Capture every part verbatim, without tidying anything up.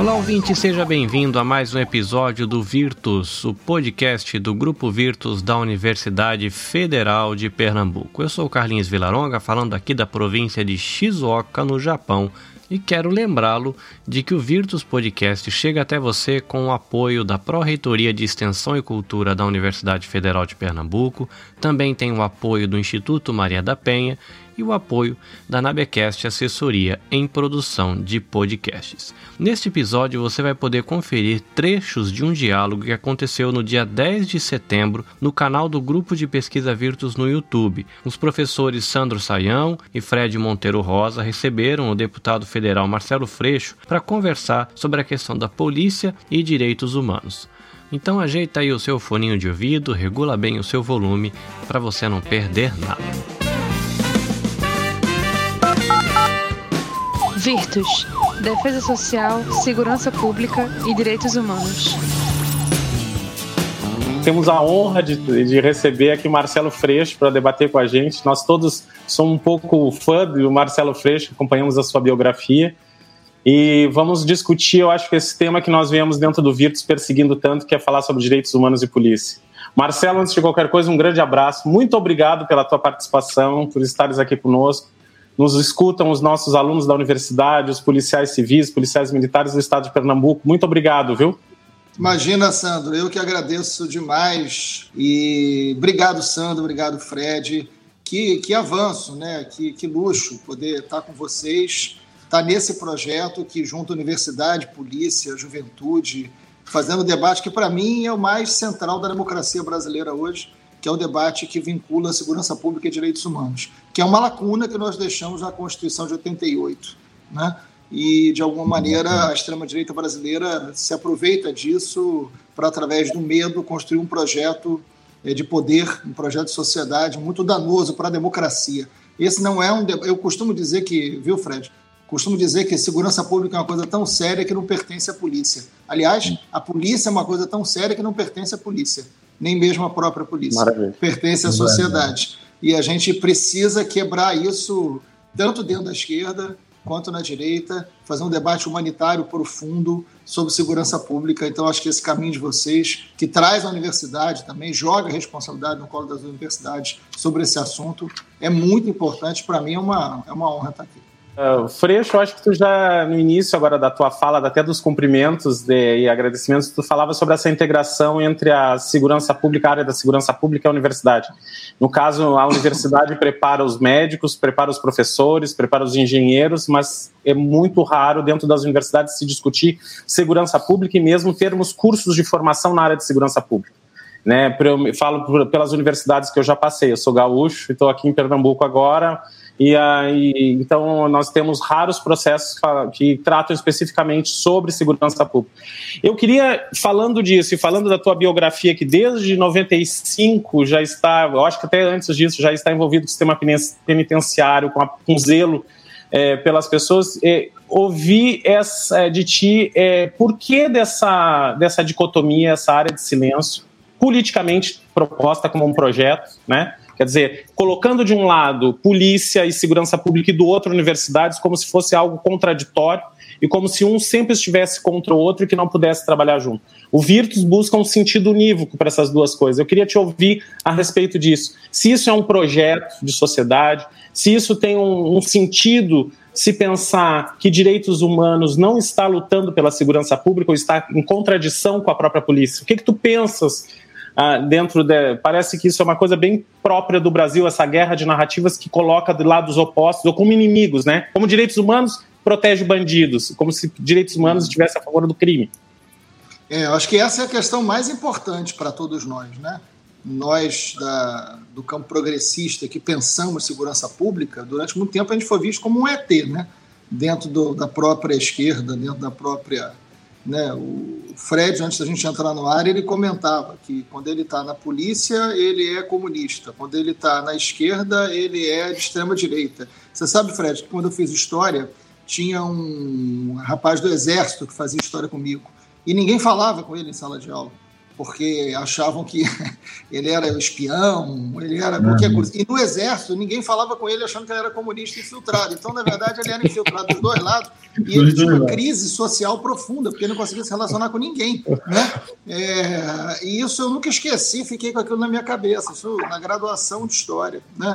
Olá, ouvinte, seja bem-vindo a mais um episódio do Virtus, o podcast do Grupo Virtus da Universidade Federal de Pernambuco. Eu sou o Carlinhos Vilaronga, falando aqui da província de Shizuoka, no Japão, e quero lembrá-lo de que o Virtus Podcast chega até você com o apoio da Pró-Reitoria de Extensão e Cultura da Universidade Federal de Pernambuco, também tem o apoio do Instituto Maria da Penha e o apoio da Nabecast Assessoria em Produção de Podcasts. Neste episódio você vai poder conferir trechos de um diálogo que aconteceu no dia dez de setembro no canal do Grupo de Pesquisa Virtus no YouTube. Os professores Sandro Saião e Fred Monteiro Rosa receberam o deputado federal Marcelo Freixo para conversar sobre a questão da polícia e direitos humanos. Então ajeita aí o seu foninho de ouvido, regula bem o seu volume para você não perder nada. Virtus, Defesa Social, Segurança Pública e Direitos Humanos. Temos a honra de, de receber aqui o Marcelo Freixo para debater com a gente. Nós todos somos um pouco fã do Marcelo Freixo, acompanhamos a sua biografia e vamos discutir, eu acho que esse tema que nós viemos dentro do Virtus perseguindo tanto, que é falar sobre direitos humanos e polícia. Marcelo, antes de qualquer coisa, um grande abraço. Muito obrigado pela tua participação, por estares aqui conosco. Nos escutam os nossos alunos da universidade, os policiais civis, policiais militares do estado de Pernambuco. Muito obrigado, viu? Imagina, Sandro, eu que agradeço demais. E obrigado, Sandro, obrigado, Fred. Que, que avanço, né? Que, que luxo poder estar com vocês, estar nesse projeto que junta universidade, polícia, juventude, fazendo o debate que, para mim, é o mais central da democracia brasileira hoje, que é o debate que vincula a segurança pública e direitos humanos, que é uma lacuna que nós deixamos na Constituição de oitenta e oito, né? E, de alguma maneira, a extrema-direita brasileira se aproveita disso para, através do medo, construir um projeto de poder, um projeto de sociedade muito danoso para a democracia. Esse não é um... Eu costumo dizer que, viu, Fred? Costumo dizer que segurança pública é uma coisa tão séria que não pertence à polícia. Aliás, a polícia é uma coisa tão séria que não pertence à polícia. Nem mesmo a própria polícia. Maravilha. Pertence à sociedade. E a gente precisa quebrar isso tanto dentro da esquerda quanto na direita, fazer um debate humanitário profundo sobre segurança pública. Então, acho que esse caminho de vocês, que traz a universidade também, joga a responsabilidade no colo das universidades sobre esse assunto, é muito importante. Para mim, é uma, é uma honra estar aqui. Uh, Freixo, eu acho que tu já, no início agora da tua fala, até dos cumprimentos de, e agradecimentos, tu falava sobre essa integração entre a segurança pública, a área da segurança pública e a universidade. No caso, a universidade prepara os médicos, prepara os professores, prepara os engenheiros, mas é muito raro dentro das universidades se discutir segurança pública e mesmo termos cursos de formação na área de segurança pública. Né, eu falo pelas universidades que eu já passei, eu sou gaúcho e estou aqui em Pernambuco agora, e aí, então nós temos raros processos que tratam especificamente sobre segurança pública. Eu queria, falando disso e falando da tua biografia, que desde noventa e cinco já está, eu acho que até antes disso já está envolvido com o sistema penitenciário, com, a, com zelo é, pelas pessoas, é, ouvir essa, de ti é, por que dessa, dessa dicotomia, essa área de silêncio, politicamente proposta como um projeto, né? Quer dizer, colocando de um lado polícia e segurança pública e do outro universidades como se fosse algo contraditório e como se um sempre estivesse contra o outro e que não pudesse trabalhar junto. O Virtus busca um sentido unívoco para essas duas coisas. Eu queria te ouvir a respeito disso. Se isso é um projeto de sociedade, se isso tem um, um sentido, se pensar que direitos humanos não está lutando pela segurança pública ou está em contradição com a própria polícia. O que que tu pensas Ah, dentro de, parece que isso é uma coisa bem própria do Brasil, essa guerra de narrativas que coloca de lados opostos ou como inimigos, né? Como direitos humanos protege bandidos, como se direitos humanos estivessem a favor do crime. É, eu acho que essa é a questão mais importante para todos nós, né? Nós da, do campo progressista que pensamos segurança pública, durante muito tempo a gente foi visto como um E T, né? Dentro do, da própria esquerda, dentro da própria... Né, o Fred, antes da gente entrar no ar, ele comentava que quando ele está na polícia, ele é comunista. Quando ele está na esquerda, ele é de extrema-direita. Você sabe, Fred, que quando eu fiz história, tinha um rapaz do Exército que fazia história comigo. E ninguém falava com ele em sala de aula. porque achavam que ele era espião, ele era qualquer uhum. coisa. E no Exército, ninguém falava com ele achando que ele era comunista infiltrado. Então, na verdade, ele era infiltrado dos dois lados e ele tinha uma crise social profunda, porque ele não conseguia se relacionar com ninguém. Né? É, e isso eu nunca esqueci, fiquei com aquilo na minha cabeça, isso na graduação de História. Né?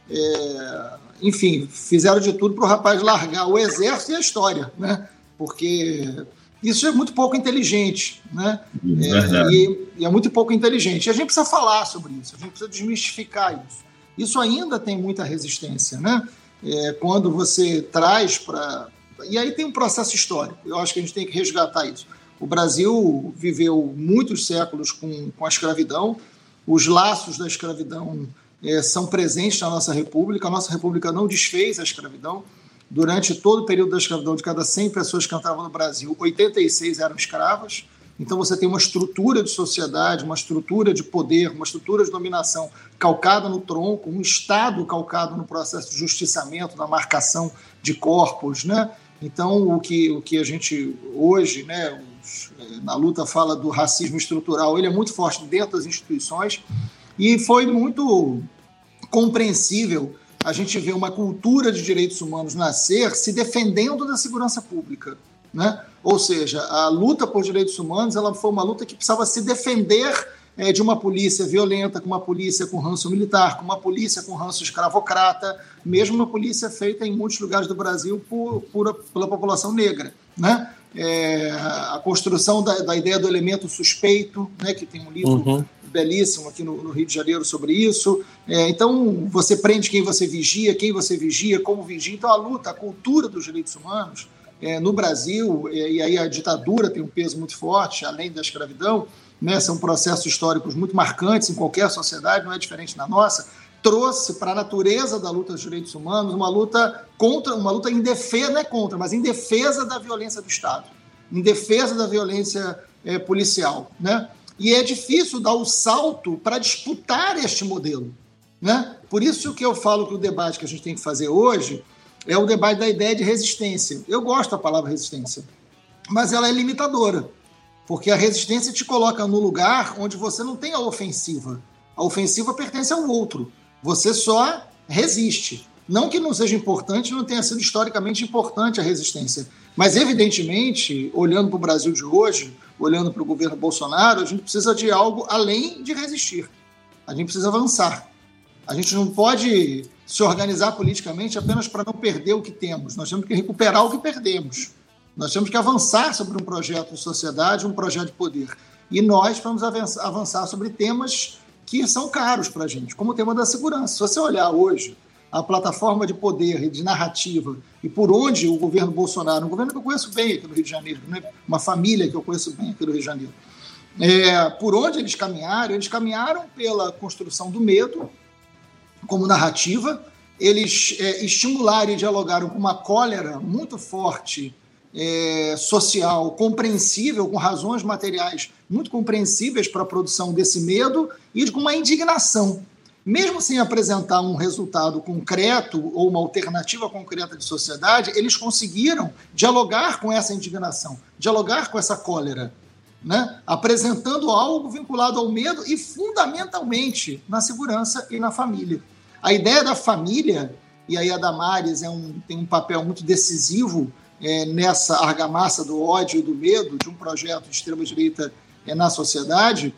É, enfim, fizeram de tudo para o rapaz largar o Exército e a História, né? Porque... isso é muito pouco inteligente, né? É, e, e é muito pouco inteligente. E a gente precisa falar sobre isso, a gente precisa desmistificar isso. Isso ainda tem muita resistência, né? É, quando você traz para... E aí tem um processo histórico, eu acho que a gente tem que resgatar isso. O Brasil viveu muitos séculos com, com a escravidão, os laços da escravidão é, são presentes na nossa República, a nossa República não desfez a escravidão. Durante todo o período da escravidão, de cada cem pessoas que entravam no Brasil, oitenta e seis eram escravas. Então você tem uma estrutura de sociedade, uma estrutura de poder, uma estrutura de dominação calcada no tronco, um Estado calcado no processo de justiçamento, na marcação de corpos. Né? Então o que, o que a gente hoje, né, os, na luta fala do racismo estrutural, ele é muito forte dentro das instituições e foi muito compreensível a gente vê uma cultura de direitos humanos nascer se defendendo da segurança pública. Né? Ou seja, a luta por direitos humanos ela foi uma luta que precisava se defender é, de uma polícia violenta, com uma polícia com ranço militar, com uma polícia com ranço escravocrata, mesmo uma polícia feita em muitos lugares do Brasil por, por, pela população negra. Né? É, a construção da, da ideia do elemento suspeito, né, que tem um livro... Uhum. belíssimo aqui no, no Rio de Janeiro sobre isso. É, então, você prende quem você vigia, quem você vigia, como vigia. Então, a luta, a cultura dos direitos humanos é, no Brasil, é, e aí a ditadura tem um peso muito forte, além da escravidão, né, são processos históricos muito marcantes em qualquer sociedade, não é diferente na nossa, trouxe para a natureza da luta dos direitos humanos uma luta contra, uma luta em defesa, não é contra, mas em defesa da violência do Estado, em defesa da violência é, policial, né? E é difícil dar o salto para disputar este modelo. Né? Por isso que eu falo que o debate que a gente tem que fazer hoje é o debate da ideia de resistência. Eu gosto da palavra resistência, mas ela é limitadora, porque a resistência te coloca no lugar onde você não tem a ofensiva. A ofensiva pertence ao outro. Você só resiste. Não que não seja importante, não tenha sido historicamente importante a resistência, mas, evidentemente, olhando para o Brasil de hoje, olhando para o governo Bolsonaro, a gente precisa de algo além de resistir. A gente precisa avançar. A gente não pode se organizar politicamente apenas para não perder o que temos. Nós temos que recuperar o que perdemos. Nós temos que avançar sobre um projeto de sociedade, um projeto de poder. E nós vamos avançar sobre temas que são caros para a gente, como o tema da segurança. Se você olhar hoje a plataforma de poder e de narrativa e por onde o governo Bolsonaro, um governo que eu conheço bem aqui no Rio de Janeiro, né? Uma família que eu conheço bem aqui no Rio de Janeiro, é, por onde eles caminharam, eles caminharam pela construção do medo como narrativa, eles é, estimularam e dialogaram com uma cólera muito forte, é, social, compreensível, com razões materiais muito compreensíveis para a produção desse medo e com uma indignação. Mesmo sem apresentar um resultado concreto ou uma alternativa concreta de sociedade, eles conseguiram dialogar com essa indignação, dialogar com essa cólera, né? Apresentando algo vinculado ao medo e, fundamentalmente, na segurança e na família. A ideia da família, e aí a Damares é um, tem um papel muito decisivo é, nessa argamassa do ódio e do medo de um projeto de extrema-direita é, na sociedade.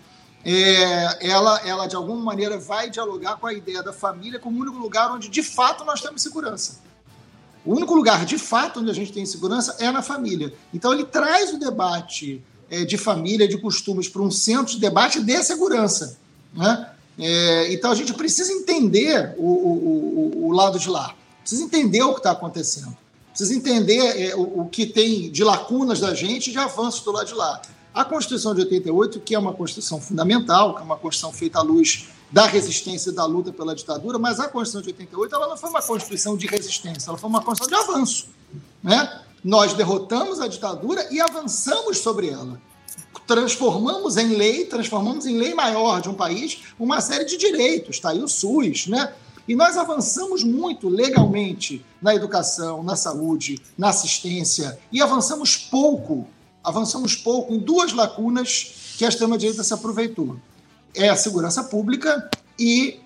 É, ela, ela, de alguma maneira, vai dialogar com a ideia da família como o único lugar onde, de fato, nós temos segurança. O único lugar, de fato, onde a gente tem segurança é na família. Então, ele traz o debate é, de família, de costumes, para um centro de debate de segurança. Né? É, então, a gente precisa entender o, o, o, o lado de lá. Precisa entender o que está acontecendo. Precisa entender é, o, o que tem de lacunas da gente e de avanços do lado de lá. A Constituição de oitenta e oito, que é uma Constituição fundamental, que é uma Constituição feita à luz da resistência e da luta pela ditadura, mas a Constituição de oitenta e oito ela não foi uma Constituição de resistência, ela foi uma Constituição de avanço. Né? Nós derrotamos a ditadura e avançamos sobre ela. Transformamos em lei, transformamos em lei maior de um país uma série de direitos, está aí o SUS, né? E nós avançamos muito legalmente na educação, na saúde, na assistência, e avançamos pouco Avançamos pouco em duas lacunas que a extrema-direita se aproveitou. É a segurança pública e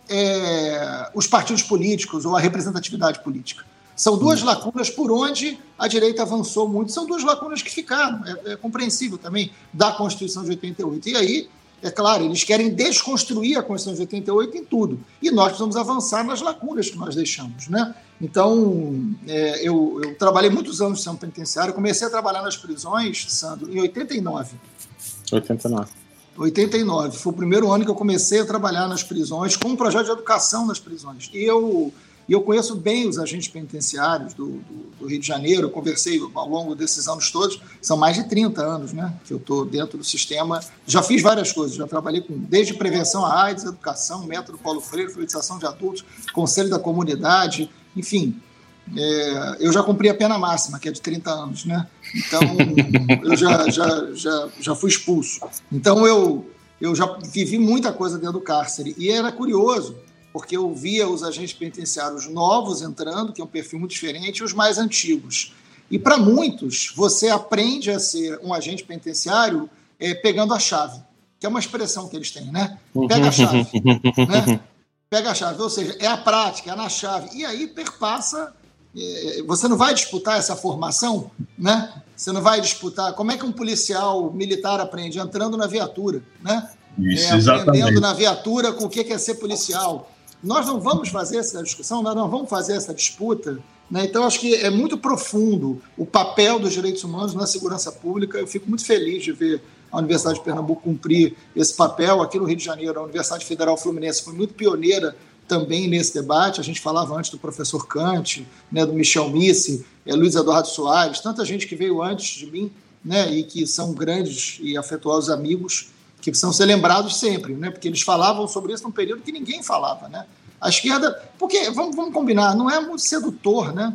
é, os partidos políticos ou a representatividade política. São duas lacunas por onde a direita avançou muito, são duas lacunas que ficaram, é, é compreensível também, da Constituição de oitenta e oito. E aí, é claro, eles querem desconstruir a Constituição de oitenta e oito em tudo. E nós precisamos avançar nas lacunas que nós deixamos, né? Então, é, eu, eu trabalhei muitos anos no sistema penitenciário, comecei a trabalhar nas prisões, Sandro, em oitenta e nove. oitenta e nove. oitenta e nove. Foi o primeiro ano que eu comecei a trabalhar nas prisões, com um projeto de educação nas prisões. E eu... E eu conheço bem os agentes penitenciários do, do, do Rio de Janeiro, eu conversei ao longo desses anos todos, são mais de trinta anos, né, que eu estou dentro do sistema. Já fiz várias coisas, já trabalhei com desde prevenção à AIDS, educação, método Paulo Freire, alfabetização de adultos, conselho da comunidade, enfim. É, eu já cumpri a pena máxima, que é de trinta anos, né? Então, eu já, já, já, já fui expulso. Então, eu, eu já vivi muita coisa dentro do cárcere. E era curioso, porque eu via os agentes penitenciários novos entrando, que é um perfil muito diferente, e os mais antigos. E para muitos, você aprende a ser um agente penitenciário é, pegando a chave, que é uma expressão que eles têm, né? Pega a chave. Né? Pega a chave, ou seja, é a prática, é na chave. E aí perpassa, é, você não vai disputar essa formação, né? Você não vai disputar, como é que um policial militar aprende? Entrando na viatura, né? Isso, é, exatamente. Aprendendo na viatura com o que é ser policial. Nós não vamos fazer essa discussão, nós não vamos fazer essa disputa, né? Então, acho que é muito profundo o papel dos direitos humanos na segurança pública. Eu fico muito feliz de ver a Universidade de Pernambuco cumprir esse papel. Aqui no Rio de Janeiro, a Universidade Federal Fluminense foi muito pioneira também nesse debate. A gente falava antes do professor Kant, né, do Michel Missi, é, Luiz Eduardo Soares, tanta gente que veio antes de mim, né, e que são grandes e afetuosos amigos, que precisam ser lembrados sempre, né? Porque eles falavam sobre isso num período que ninguém falava, né? A esquerda, porque, vamos, vamos combinar, não é muito sedutor, né?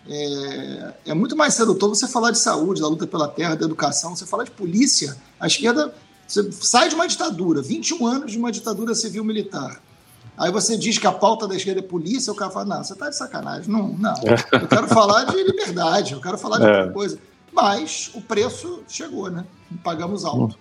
É, é muito mais sedutor você falar de saúde, da luta pela terra, da educação, você falar de polícia. A esquerda você sai de uma ditadura, vinte e um anos de uma ditadura civil-militar. Aí você diz que a pauta da esquerda é polícia, o cara fala, não, você está de sacanagem. Não, não, eu quero falar de liberdade, eu quero falar de outra coisa. Mas o preço chegou, né? Pagamos alto.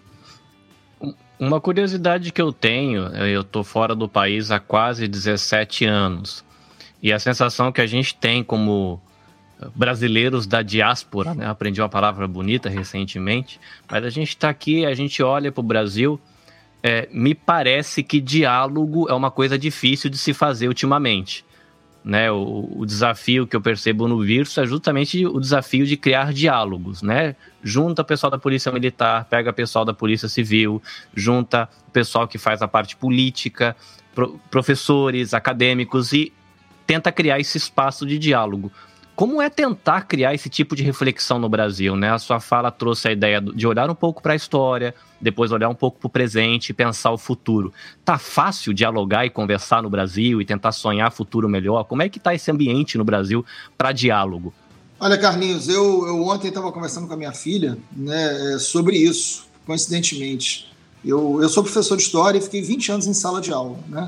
Uma curiosidade que eu tenho, eu estou fora do país há quase dezessete anos, e a sensação que a gente tem como brasileiros da diáspora, né? Aprendi uma palavra bonita recentemente, mas a gente está aqui, a gente olha para o Brasil, é, me parece que diálogo é uma coisa difícil de se fazer ultimamente. Né, o, o desafio que eu percebo no Virtus é justamente o desafio de criar diálogos, né? Junta o pessoal da Polícia Militar, pega o pessoal da Polícia Civil, junta o pessoal que faz a parte política, pro, professores, acadêmicos e tenta criar esse espaço de diálogo. Como é tentar criar esse tipo de reflexão no Brasil, né? A sua fala trouxe a ideia de olhar um pouco para a história, depois olhar um pouco para o presente e pensar o futuro. Tá fácil dialogar e conversar no Brasil e tentar sonhar futuro melhor? Como é que está esse ambiente no Brasil para diálogo? Olha, Carlinhos, eu, eu ontem estava conversando com a minha filha, né, sobre isso, coincidentemente. Eu, eu sou professor de história e fiquei vinte anos em sala de aula, né?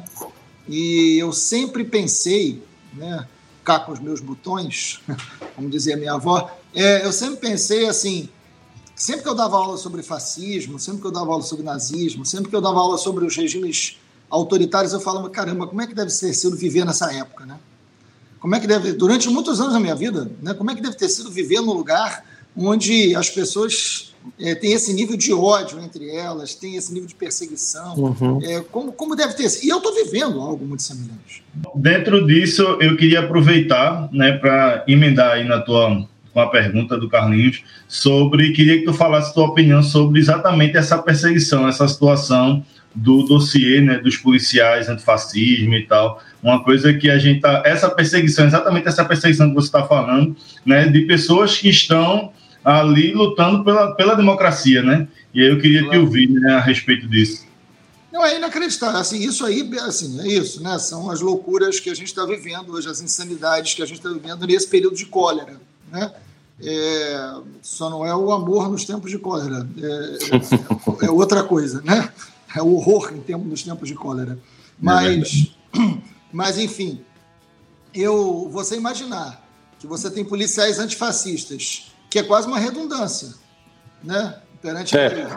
E eu sempre pensei, né, cá com os meus botões, como dizia minha avó, é, eu sempre pensei assim, sempre que eu dava aula sobre fascismo, sempre que eu dava aula sobre nazismo, sempre que eu dava aula sobre os regimes autoritários, eu falava, caramba, como é que deve ter sido viver nessa época, né? Como é que deve, durante muitos anos da minha vida, né, como é que deve ter sido viver num lugar onde as pessoas é, têm esse nível de ódio entre elas, têm esse nível de perseguição, uhum. é, como, como deve ter sido. E eu estou vivendo algo muito semelhante. Dentro disso, eu queria aproveitar, né, para emendar aí na tua com a pergunta do Carlinhos, sobre, queria que tu falasse a tua opinião sobre exatamente essa perseguição, essa situação do dossiê, né, dos policiais antifascismo e tal, uma coisa que a gente tá, essa perseguição, exatamente essa perseguição que você está falando, né, de pessoas que estão ali lutando pela, pela democracia, né, e aí eu queria claro. te ouvir, né, a respeito disso. Não, é inacreditável, assim, isso aí, assim, é isso, né, são as loucuras que a gente está vivendo hoje, as insanidades que a gente está vivendo nesse período de cólera, né, é, só não é o amor nos tempos de cólera, é, é outra coisa, né, é o horror em tempos, nos tempos de cólera, mas, é mas enfim, eu, você imaginar que você tem policiais antifascistas, que é quase uma redundância, né? Perante é. a lei.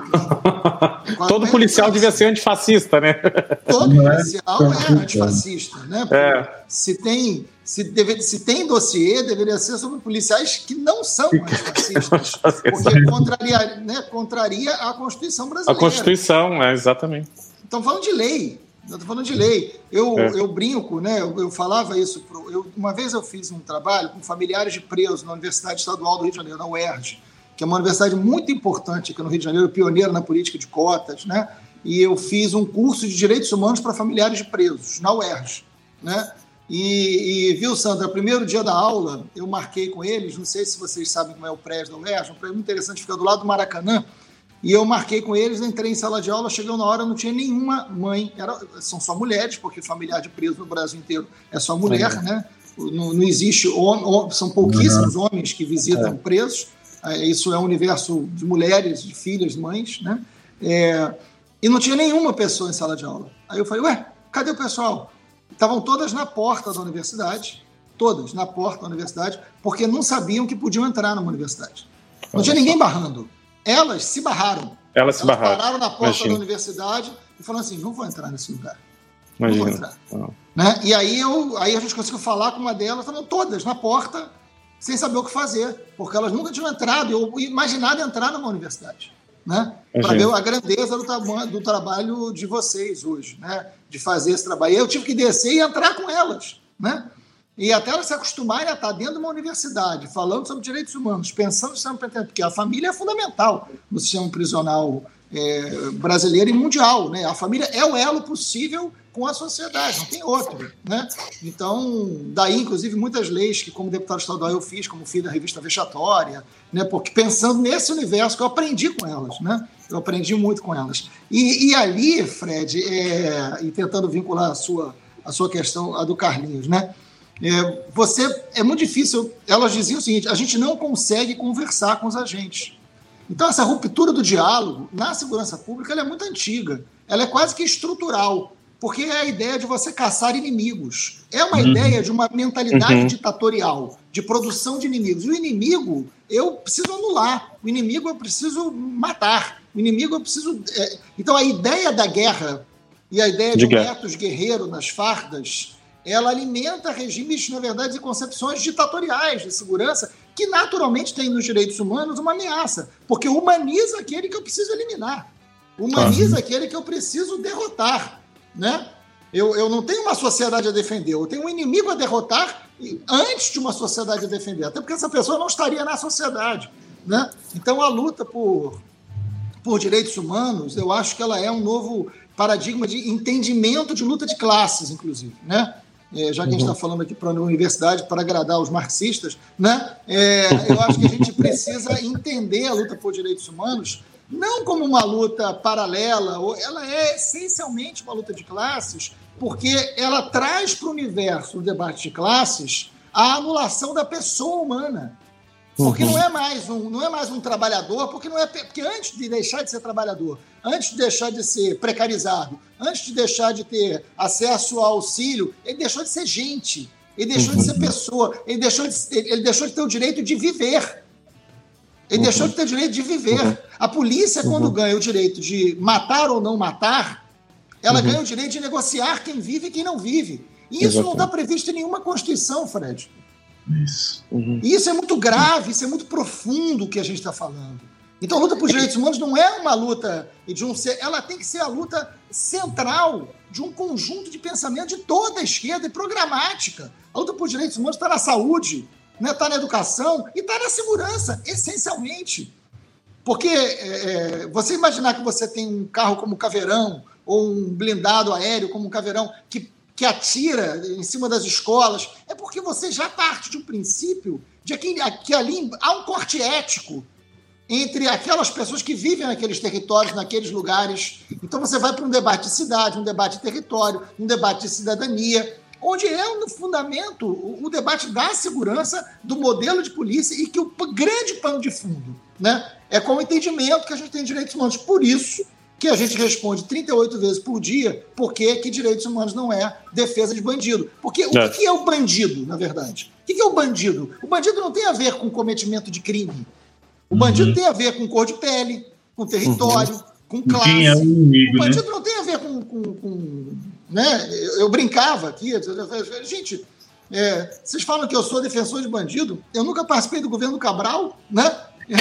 Né? Todo policial devia ser antifascista, né? Todo policial é antifascista, né? Porque É. se tem, se, deve, se tem dossiê, deveria ser sobre policiais que não são antifascistas, porque contraria, né, contraria a Constituição brasileira. A Constituição, é, exatamente. Estão falando de lei. Estou falando de lei. Eu, É. eu brinco, né? Eu, eu falava isso. Pro, eu, uma vez eu fiz um trabalho com familiares de presos na Universidade Estadual do Rio de Janeiro, na U E R J, que é uma universidade muito importante aqui no Rio de Janeiro, pioneira na política de cotas, né? E eu fiz um curso de direitos humanos para familiares de presos, na U E R J, né? E, e viu, Sandra, primeiro dia da aula, eu marquei com eles, não sei se vocês sabem como é o prédio da U E R J, um prédio muito interessante, fica do lado do Maracanã, e eu marquei com eles, entrei em sala de aula, chegou na hora, não tinha nenhuma mãe, era, são só mulheres, porque familiar de preso no Brasil inteiro é só mulher, é. né? Não, não existe, homem, são pouquíssimos uhum. homens que visitam é. presos, isso é um universo de mulheres, de filhas, mães, né? É, e não tinha nenhuma pessoa em sala de aula. Aí eu falei, ué, cadê o pessoal? Estavam todas na porta da universidade, todas na porta da universidade, porque não sabiam que podiam entrar numa universidade. Não tinha ninguém barrando. Elas se barraram. Elas se Elas barraram. pararam na porta Imagina. da universidade e falaram assim, não vou entrar nesse lugar. Imagina. Não vou entrar. Não. Né? E aí, eu, aí a gente conseguiu falar com uma delas, estavam todas na porta, sem saber o que fazer, porque elas nunca tinham entrado ou imaginado entrar numa universidade, né? Para ver a grandeza do, tamanho, do trabalho de vocês hoje, né? De fazer esse trabalho. E eu tive que descer e entrar com elas, né? E até elas se acostumarem a estar dentro de uma universidade, falando sobre direitos humanos, pensando no sistema penitenciário, porque a família é fundamental no sistema prisional é, brasileiro e mundial, né? A família é o elo possível com a sociedade, não tem outro, né? Então, daí, inclusive, muitas leis que, como deputado estadual, eu fiz, como fiz da revista Vexatória, né? Porque pensando nesse universo que eu aprendi com elas, né? Eu aprendi muito com elas. E, e ali, Fred, é, e tentando vincular a sua, a sua questão, a do Carlinhos, né? É, você, é muito difícil, elas diziam o seguinte, a gente não consegue conversar com os agentes. Então, essa ruptura do diálogo na segurança pública ela é muito antiga, ela é quase que estrutural, porque é a ideia de você caçar inimigos. É uma uhum. ideia de uma mentalidade uhum. ditatorial, de produção de inimigos. E o inimigo eu preciso anular, o inimigo eu preciso matar, o inimigo eu preciso... É... Então, a ideia da guerra e a ideia de, de um ethos guerreiro nas fardas, ela alimenta regimes, na verdade, e concepções ditatoriais de segurança que naturalmente tem nos direitos humanos uma ameaça, porque humaniza aquele que eu preciso eliminar, humaniza ah. aquele que eu preciso derrotar, né? Eu, eu não tenho uma sociedade a defender, eu tenho um inimigo a derrotar antes de uma sociedade a defender, até porque essa pessoa não estaria na sociedade, né? Então a luta por, por direitos humanos, eu acho que ela é um novo paradigma de entendimento de luta de classes, inclusive, né? É, já que a gente está falando aqui para a universidade para agradar os marxistas, né? É, eu acho que a gente precisa entender a luta por direitos humanos não como uma luta paralela, ela é essencialmente uma luta de classes, porque ela traz para o universo do debate de classes a anulação da pessoa humana. Porque uhum. não é mais um, não é mais um trabalhador, porque, não é, porque antes de deixar de ser trabalhador, antes de deixar de ser precarizado, antes de deixar de ter acesso ao auxílio, ele deixou de ser gente, ele deixou uhum. de ser pessoa, ele deixou de, ele deixou de ter o direito de viver. Ele uhum. deixou de ter o direito de viver. Uhum. A polícia, quando uhum. ganha o direito de matar ou não matar, ela uhum. ganha o direito de negociar quem vive e quem não vive. E isso Exatamente. Não está previsto em nenhuma Constituição, Fred. Isso. Uhum. E isso é muito grave, isso é muito profundo o que a gente está falando. Então a luta por direitos humanos não é uma luta de um ser, ela tem que ser a luta central de um conjunto de pensamento de toda a esquerda e programática. A luta por direitos humanos está na saúde, está, né, tá na educação e está na segurança, essencialmente. Porque é, é, você imaginar que você tem um carro como o Caveirão ou um blindado aéreo como o Caveirão que que atira em cima das escolas, é porque você já parte de um princípio de que, que ali há um corte ético entre aquelas pessoas que vivem naqueles territórios, naqueles lugares. Então você vai para um debate de cidade, um debate de território, um debate de cidadania, onde é, no fundamento, o, o debate da segurança, do modelo de polícia, e que o grande pano de fundo, né, é com o entendimento que a gente tem direitos humanos. Por isso que a gente responde trinta e oito vezes por dia por que que direitos humanos não é defesa de bandido. Porque o é. que é o bandido, na verdade? O que é o bandido? O bandido não tem a ver com cometimento de crime. O bandido uhum. tem a ver com cor de pele, com território, uhum. com classe. Quem é o inimigo, o bandido né? não tem a ver com... com, com né? eu, eu brincava aqui, gente, é, vocês falam que eu sou defensor de bandido, eu nunca participei do governo Cabral, né? Eu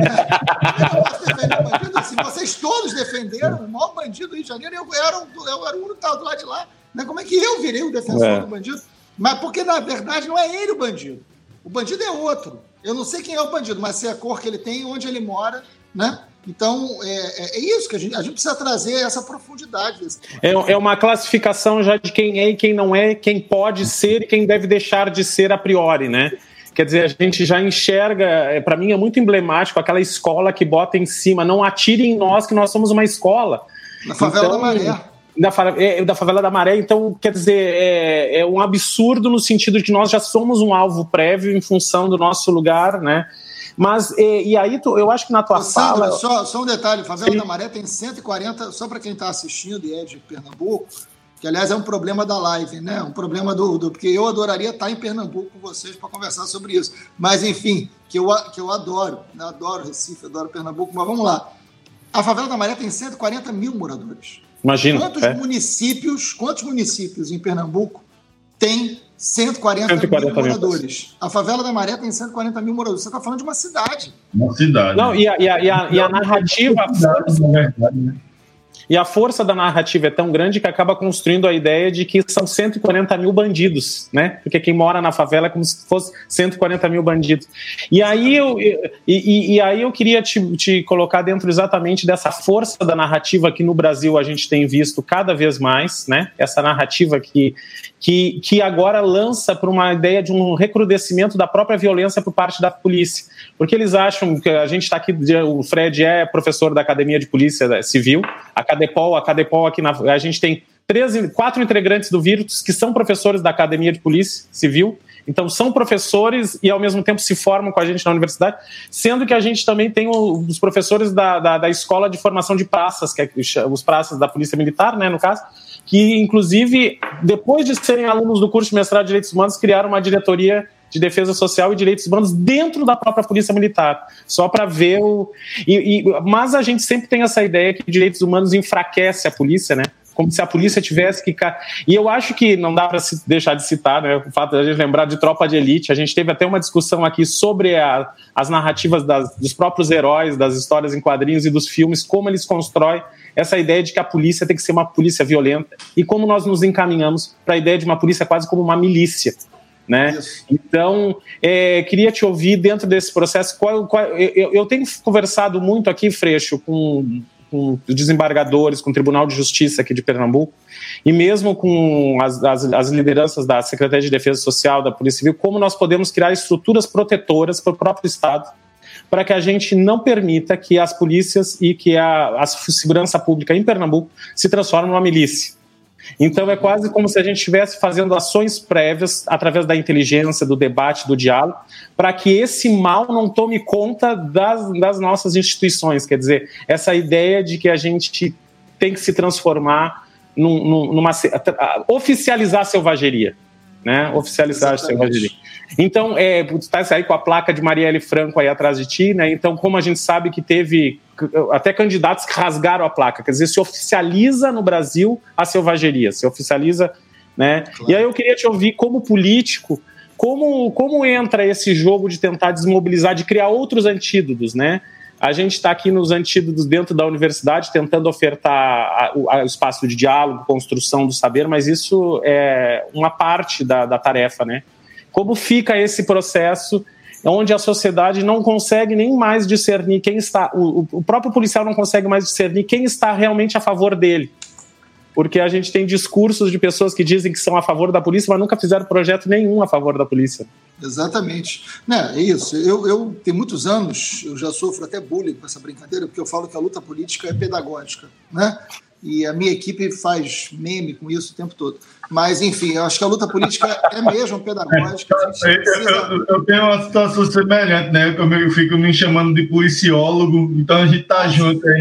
não posso defender bandido, assim, vocês todos defenderam o maior bandido do Rio de Janeiro, eu era, eu era o único que estava do lado de lá. Né? Como é que eu virei o defensor é. do bandido? Mas porque, na verdade, não é ele o bandido. O bandido é outro. Eu não sei quem é o bandido, mas sei a cor que ele tem, onde ele mora, né? Então, é, é isso que a gente, a gente precisa trazer, essa profundidade. Desse... É, é uma classificação já de quem é e quem não é, quem pode ser e quem deve deixar de ser a priori, né? Quer dizer, a gente já enxerga, para mim é muito emblemático aquela escola que bota em cima, não atire em nós que nós somos uma escola. Na favela então, da Maré. Da, é, da favela da Maré, então, quer dizer, é, é um absurdo no sentido de que nós já somos um alvo prévio em função do nosso lugar, né? Mas, e, e aí, tu, eu acho que na tua Ô, Sandra, fala... Só, só um detalhe, Favela Sim. da Maré tem cento e quarenta, só para quem está assistindo e é de Pernambuco, que, aliás, é um problema da live, né? Um problema do... do porque eu adoraria estar em Pernambuco com vocês para conversar sobre isso. Mas, enfim, que eu, que eu adoro, né? Adoro Recife, adoro Pernambuco, mas vamos lá. A Favela da Maré tem cento e quarenta mil moradores. Imagina. Quantos é. municípios, quantos municípios em Pernambuco tem cento e quarenta mil moradores? A Favela da Maré tem cento e quarenta mil moradores. Você está falando de uma cidade. Uma cidade. Não, e a, e a, e a, e a narrativa... A força, na verdade, né? E a força da narrativa é tão grande que acaba construindo a ideia de que são cento e quarenta mil bandidos, né? Porque quem mora na favela é como se fosse cento e quarenta mil bandidos. E aí eu, e, e, e aí eu queria te, te colocar dentro exatamente dessa força da narrativa que no Brasil a gente tem visto cada vez mais, né? Essa narrativa que, que, que agora lança para uma ideia de um recrudescimento da própria violência por parte da polícia. Porque eles acham que a gente está aqui, o Fred é professor da Academia de Polícia Civil, a Cadepol, a Cadepol aqui na, a gente tem três, quatro integrantes do Virtus que são professores da Academia de Polícia Civil, então são professores e ao mesmo tempo se formam com a gente na universidade, sendo que a gente também tem os professores da, da, da Escola de Formação de Praças, que é os praças da Polícia Militar, né, no caso, que inclusive, depois de serem alunos do curso de mestrado de Direitos Humanos, criaram uma diretoria de defesa social e direitos humanos dentro da própria Polícia Militar, só para ver o... E, e, mas a gente sempre tem essa ideia que direitos humanos enfraquece a polícia, né? Como se a polícia tivesse que... E eu acho que não dá para deixar de citar, né, o fato de a gente lembrar de Tropa de Elite. A gente teve até uma discussão aqui sobre a, as narrativas das, dos próprios heróis, das histórias em quadrinhos e dos filmes, como eles constroem essa ideia de que a polícia tem que ser uma polícia violenta e como nós nos encaminhamos para a ideia de uma polícia quase como uma milícia. Né? Então, é, queria te ouvir dentro desse processo. Qual, qual, eu, eu tenho conversado muito aqui, Freixo, com, com desembargadores, com o Tribunal de Justiça aqui de Pernambuco, e mesmo com as, as, as lideranças da Secretaria de Defesa Social, da Polícia Civil, como nós podemos criar estruturas protetoras para o próprio Estado, para que a gente não permita que as polícias e que a, a segurança pública em Pernambuco se transformem numa milícia. Então é quase como se a gente estivesse fazendo ações prévias através da inteligência, do debate, do diálogo, para que esse mal não tome conta das, das nossas instituições. Quer dizer, essa ideia de que a gente tem que se transformar num, numa... oficializar a selvageria. Né? Oficializar Exatamente. a selvageria. Então, é, tu está aí com a placa de Marielle Franco aí atrás de ti, né? Então, como a gente sabe que teve até candidatos que rasgaram a placa, quer dizer, se oficializa no Brasil a selvageria, se oficializa, né? Claro. E aí eu queria te ouvir, como político, como, como entra esse jogo de tentar desmobilizar, de criar outros antídotos, né? A gente está aqui nos antídotos dentro da universidade, tentando ofertar o espaço de diálogo, construção do saber, mas isso é uma parte da, da tarefa, né? Como fica esse processo onde a sociedade não consegue nem mais discernir quem está... O, o próprio policial não consegue mais discernir quem está realmente a favor dele. Porque a gente tem discursos de pessoas que dizem que são a favor da polícia, mas nunca fizeram projeto nenhum a favor da polícia. Exatamente. Né, é isso. Eu, eu tenho muitos anos, eu já sofro até bullying com essa brincadeira, porque eu falo que a luta política é pedagógica, né? E a minha equipe faz meme com isso o tempo todo. Mas, enfim, eu acho que a luta política é mesmo pedagógica. A gente precisa... eu, eu tenho uma situação semelhante, né? Eu fico me chamando de policiólogo, então a gente tá junto aí.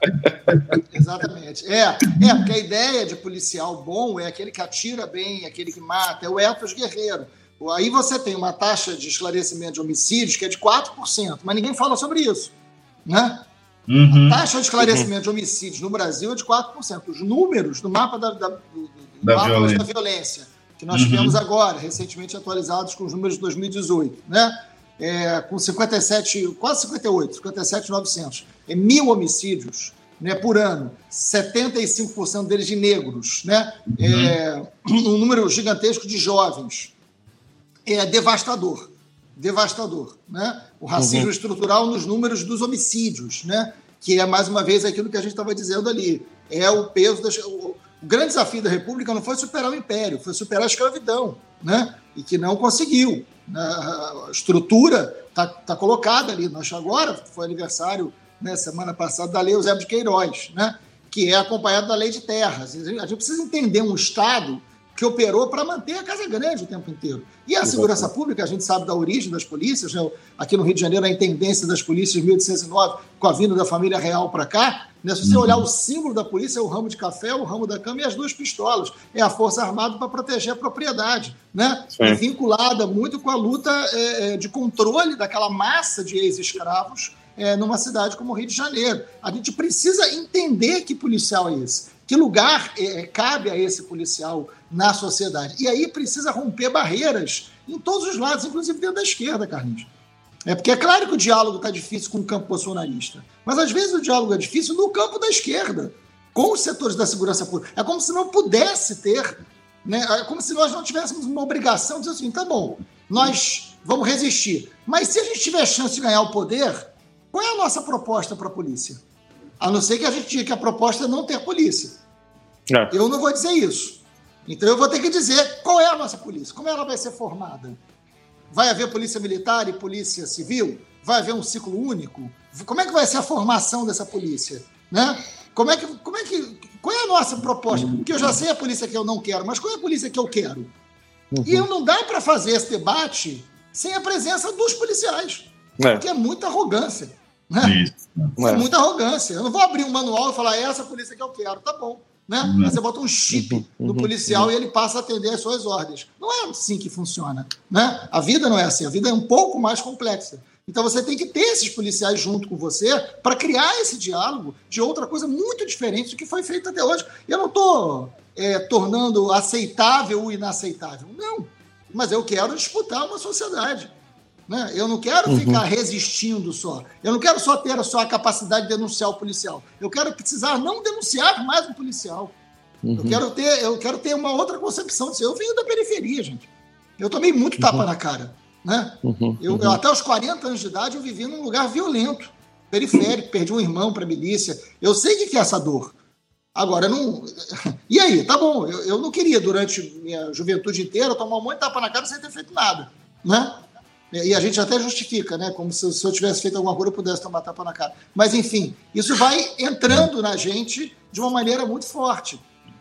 Exatamente. É, é, porque a ideia de policial bom é aquele que atira bem, aquele que mata, é o ethos guerreiro. Aí você tem uma taxa de esclarecimento de homicídios que é de quatro por cento, mas ninguém fala sobre isso, né? Uhum. A taxa de esclarecimento uhum. de homicídios no Brasil é de quatro por cento. Os números do mapa da, da, do, do da, mapa violência. da violência, que nós uhum. tivemos agora, recentemente atualizados com os números de dois mil e dezoito, né? É, com cinquenta e sete, quase cinquenta e oito, cinquenta e sete mil e novecentos. É mil homicídios, né, por ano, setenta e cinco por cento deles de negros, né? Uhum. É, um número gigantesco de jovens. É devastador, devastador, né? O racismo uhum. estrutural nos números dos homicídios, né? Que é, mais uma vez, aquilo que a gente estava dizendo ali. É o peso... Das, o, o grande desafio da República não foi superar o Império, foi superar a escravidão, né? E que não conseguiu. A estrutura está tá colocada ali. Nós agora, foi aniversário, né, semana passada, da Lei Eusébio de Queiroz, né? Que é acompanhada da Lei de Terras. A gente precisa entender um Estado que operou para manter a Casa Grande o tempo inteiro. E a segurança pública, a gente sabe da origem das polícias, né? Aqui no Rio de Janeiro, a intendência das polícias de mil oitocentos e nove, com a vinda da família real para cá, né? Se você olhar o símbolo da polícia, é o ramo de café, o ramo da cama e as duas pistolas. É a Força Armada para proteger a propriedade, né? E vinculada muito com a luta é, de controle daquela massa de ex-escravos é, numa cidade como o Rio de Janeiro. A gente precisa entender que policial é esse. Que lugar é, cabe a esse policial na sociedade? E aí precisa romper barreiras em todos os lados, inclusive dentro da esquerda, Carlinhos. É porque é claro que o diálogo está difícil com o campo bolsonarista, mas às vezes o diálogo é difícil no campo da esquerda, com os setores da segurança pública. É como se não pudesse ter, né? É como se nós não tivéssemos uma obrigação de dizer assim, tá bom, nós vamos resistir, mas se a gente tiver chance de ganhar o poder, qual é a nossa proposta para a polícia? A não ser que a gente diga que a proposta é não ter polícia. É. Eu não vou dizer isso. Então eu vou ter que dizer qual é a nossa polícia, como ela vai ser formada. Vai haver polícia militar e polícia civil? Vai haver um ciclo único? Como é que vai ser a formação dessa polícia? Né? Como é que, como é que, qual é a nossa proposta? Porque eu já sei a polícia que eu não quero, mas qual é a polícia que eu quero? Uhum. E não dá para fazer esse debate sem a presença dos policiais. É. Porque é muita arrogância. Né? Isso. É. é muita arrogância. Eu não vou abrir um manual e falar, é essa polícia que eu quero. Tá bom. Né? Uhum. Mas você bota um chip no policial uhum. e ele passa a atender as suas ordens. Não é assim que funciona. Né? A vida não é assim. A vida é um pouco mais complexa. Então você tem que ter esses policiais junto com você para criar esse diálogo de outra coisa muito diferente do que foi feito até hoje. Eu não estou é, tornando aceitável o inaceitável. Não. Mas eu quero disputar uma sociedade. Né? Eu não quero uhum. ficar resistindo só. Eu não quero só ter só a capacidade de denunciar o policial. Eu quero precisar não denunciar mais um policial. Uhum. Eu, quero ter, eu quero ter uma outra concepção disso. Eu venho da periferia, gente. Eu tomei muito tapa uhum. na cara. Né? Uhum. Eu, eu, até os quarenta anos de idade, eu vivi num lugar violento, periférico, perdi um irmão para a milícia. Eu sei o que é essa dor. Agora, não... E aí? Tá bom. Eu, eu não queria, durante minha juventude inteira, tomar um monte de tapa na cara sem ter feito nada. Né? E a gente até justifica, né? Como se, se eu tivesse feito alguma coisa, eu pudesse tomar tapa na cara. Mas, enfim, isso vai entrando na gente de uma maneira muito forte.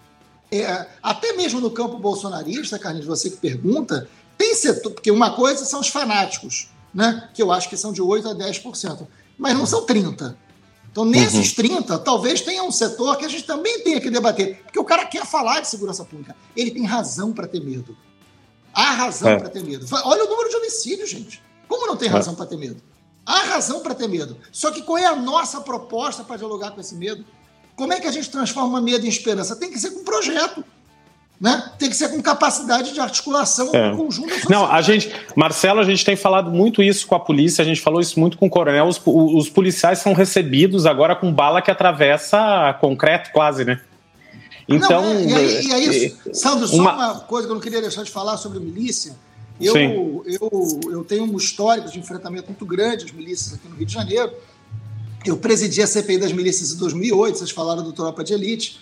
É, até mesmo no campo bolsonarista, Carlinhos, você que pergunta, tem setor... Porque uma coisa são os fanáticos, né? Que eu acho que são de oito a dez por cento. Mas não são trinta por cento. Então, nesses uhum. trinta por cento, talvez tenha um setor que a gente também tenha que debater. Porque o cara quer falar de segurança pública. Ele tem razão para ter medo. Há razão é. para ter medo. Olha o número de homicídios, gente. Como não tem razão é. para ter medo? Há razão para ter medo. Só que qual é a nossa proposta para dialogar com esse medo? Como é que a gente transforma medo em esperança? Tem que ser com projeto. Né? Tem que ser com capacidade de articulação é. com o conjunto da sociedade. Não, a gente, Marcelo, a gente tem falado muito isso com a polícia, a gente falou isso muito com o coronel. Os, os policiais são recebidos agora com bala que atravessa concreto quase, né? Então, não, é, e aí, e aí é, Sandro, só uma... uma coisa que eu não queria deixar de falar sobre milícia. Eu, eu, eu tenho um histórico de enfrentamento muito grande às milícias aqui no Rio de Janeiro. Eu presidi a C P I das milícias em dois mil e oito, vocês falaram do Tropa de Elite.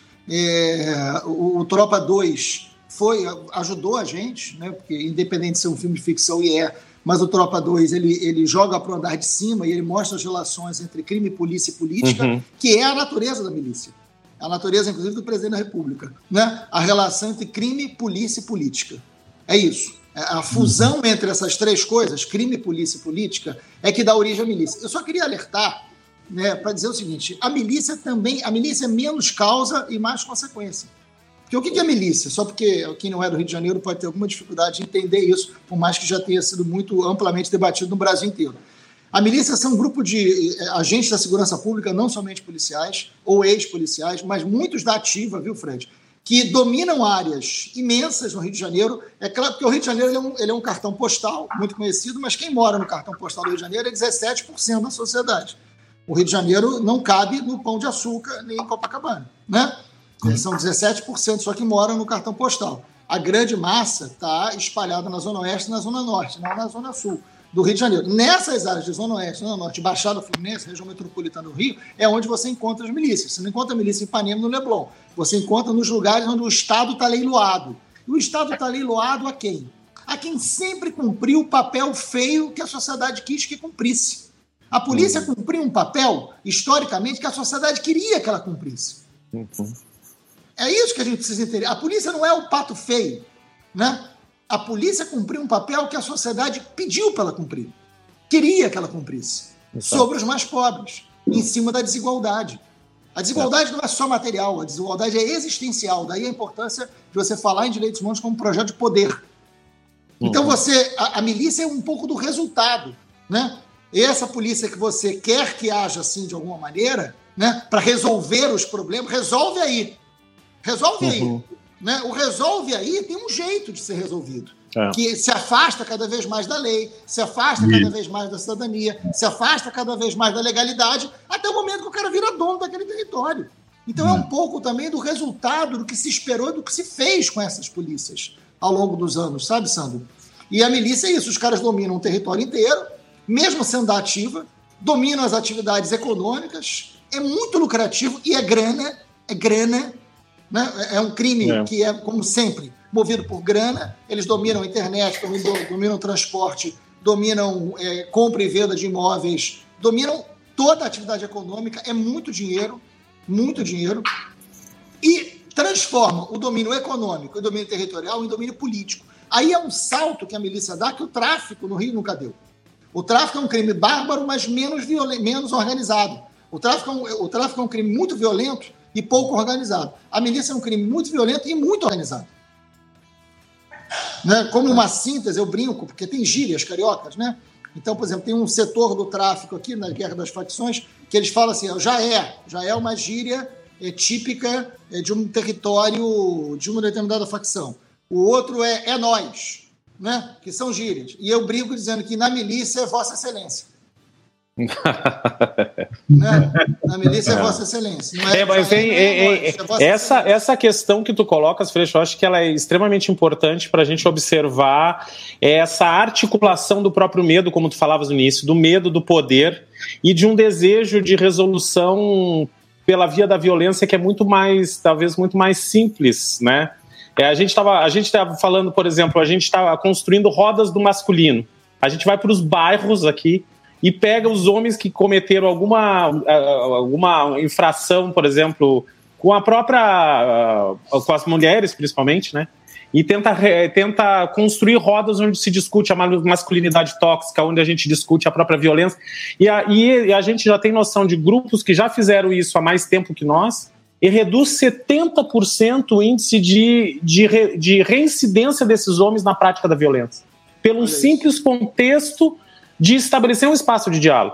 É, o, o Tropa dois foi, ajudou a gente, né, porque independente de ser um filme de ficção, e é, mas o Tropa dois ele, ele joga para o andar de cima e ele mostra as relações entre crime, polícia e política, uhum. que é a natureza da milícia. A natureza, inclusive, do presidente da República. Né? A relação entre crime, polícia e política. É isso. A fusão uhum. entre essas três coisas, crime, polícia e política, é que dá origem à milícia. Eu só queria alertar, né, para dizer o seguinte, a milícia também, a milícia é menos causa e mais consequência. Porque o que é milícia? Só porque quem não é do Rio de Janeiro pode ter alguma dificuldade de entender isso, por mais que já tenha sido muito amplamente debatido no Brasil inteiro. A milícia são um grupo de agentes da segurança pública, não somente policiais ou ex-policiais, mas muitos da ativa, viu, Fred? Que dominam áreas imensas no Rio de Janeiro. É claro que o Rio de Janeiro ele é, um, ele é um cartão postal muito conhecido, mas quem mora no cartão postal do Rio de Janeiro é dezessete por cento da sociedade. O Rio de Janeiro não cabe no Pão de Açúcar nem em Copacabana, né? São dezessete por cento só que moram no cartão postal. A grande massa está espalhada na Zona Oeste e na Zona Norte, não na Zona Sul do Rio de Janeiro. Nessas áreas de Zona Oeste, Zona Norte, Baixada Fluminense, região metropolitana do Rio, é onde você encontra as milícias. Você não encontra a milícia em Ipanema e no Leblon. Você encontra nos lugares onde o Estado está leiloado. E o Estado está leiloado a quem? A quem sempre cumpriu o papel feio que a sociedade quis que cumprisse. A polícia uhum. cumpriu um papel, historicamente, que a sociedade queria que ela cumprisse. Uhum. É isso que a gente precisa entender. A polícia não é o pato feio, né? A polícia cumpriu um papel que a sociedade pediu para ela cumprir. Queria que ela cumprisse. Exato. Sobre os mais pobres, em cima da desigualdade. A desigualdade é. não é só material, a desigualdade é existencial. Daí a importância de você falar em direitos humanos como um projeto de poder. Uhum. Então você, a, a milícia é um pouco do resultado, né? Essa polícia que você quer que haja assim de alguma maneira, né, para resolver os problemas, resolve aí. Resolve uhum. aí. Né? O resolve aí tem um jeito de ser resolvido. É. Que se afasta cada vez mais da lei, se afasta e... cada vez mais da cidadania, se afasta cada vez mais da legalidade, até o momento que o cara vira dono daquele território. Então hum. é um pouco também do resultado do que se esperou, do que se fez com essas polícias ao longo dos anos, sabe, Sandro? E a milícia é isso, os caras dominam o território inteiro, mesmo sendo da ativa, dominam as atividades econômicas, é muito lucrativo e é grana, é grana, né? É um crime é. que é, como sempre, movido por grana. Eles dominam a internet, dominam, dominam o transporte, dominam é, compra e venda de imóveis, dominam toda a atividade econômica. É muito dinheiro, muito dinheiro. E transformam o domínio econômico e o domínio territorial em domínio político. Aí é um salto que a milícia dá que o tráfico no Rio nunca deu. O tráfico é um crime bárbaro, mas menos, violen- menos organizado. O tráfico, é um, o tráfico é um crime muito violento e pouco organizado. A milícia é um crime muito violento e muito organizado. Né? Como uma síntese, eu brinco, porque tem gírias cariocas, né? Então, por exemplo, tem um setor do tráfico aqui, na Guerra das Facções, que eles falam assim, já é, já é uma gíria é, típica é, de um território, de uma determinada facção. O outro é, é nós, né? Que são gírias. E eu brinco dizendo que na milícia é Vossa Excelência. Né? Na milícia é Vossa Excelência. Não é, é, mas tem, é, é, é, essa, essa questão que tu colocas, Freixo, eu acho que ela é extremamente importante para a gente observar essa articulação do próprio medo, como tu falavas no início, do medo do poder e de um desejo de resolução pela via da violência que é muito mais, talvez muito mais simples, né? É, a gente estava a gente estava falando, por exemplo, a gente estava construindo rodas do masculino. A gente vai para os bairros aqui e pega os homens que cometeram alguma, alguma infração, por exemplo, com a própria, com as mulheres principalmente, né? E tenta, tenta construir rodas onde se discute a masculinidade tóxica, onde a gente discute a própria violência. E a, e a gente já tem noção de grupos que já fizeram isso há mais tempo que nós e reduz setenta por cento o índice de, de, re, de reincidência desses homens na prática da violência. Pelo simples contexto de estabelecer um espaço de diálogo.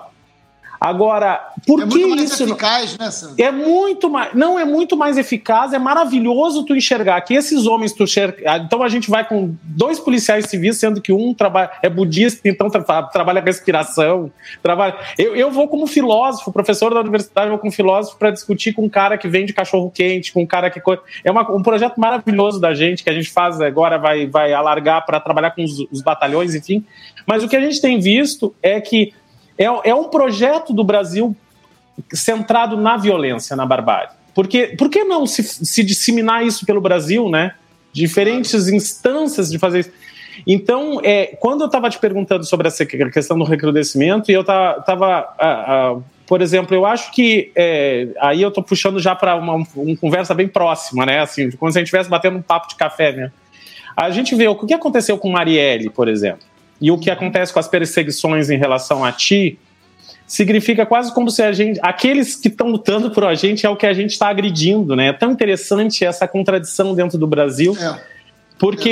Agora, por é que muito mais isso eficaz, não... né, Sandro? É muito mais, não é muito mais eficaz, é maravilhoso tu enxergar que esses homens tu enxerga, então a gente vai com dois policiais civis, sendo que um trabalha, é budista, então tra- trabalha respiração, trabalha. Eu, eu vou como filósofo, professor da universidade, eu vou como filósofo para discutir com um cara que vende cachorro quente, com um cara que é uma, um projeto maravilhoso da gente que a gente faz agora, vai, vai alargar para trabalhar com os, os batalhões, enfim. Mas o que a gente tem visto é que É, é um projeto do Brasil centrado na violência, na barbárie. Porque, por que não se, se disseminar isso pelo Brasil, né? Diferentes instâncias de fazer isso. Então, é, quando eu estava te perguntando sobre essa questão do recrudescimento, e eu estava, por exemplo, eu acho que, é, aí eu estou puxando já para uma, uma conversa bem próxima, né? Assim, como se a gente estivesse batendo um papo de café, né? A gente vê o que aconteceu com Marielle, por exemplo. E o que acontece com as perseguições em relação a ti significa quase como se a gente, aqueles que estão lutando por a gente é o que a gente está agredindo, né? É tão interessante essa contradição dentro do Brasil. É. Porque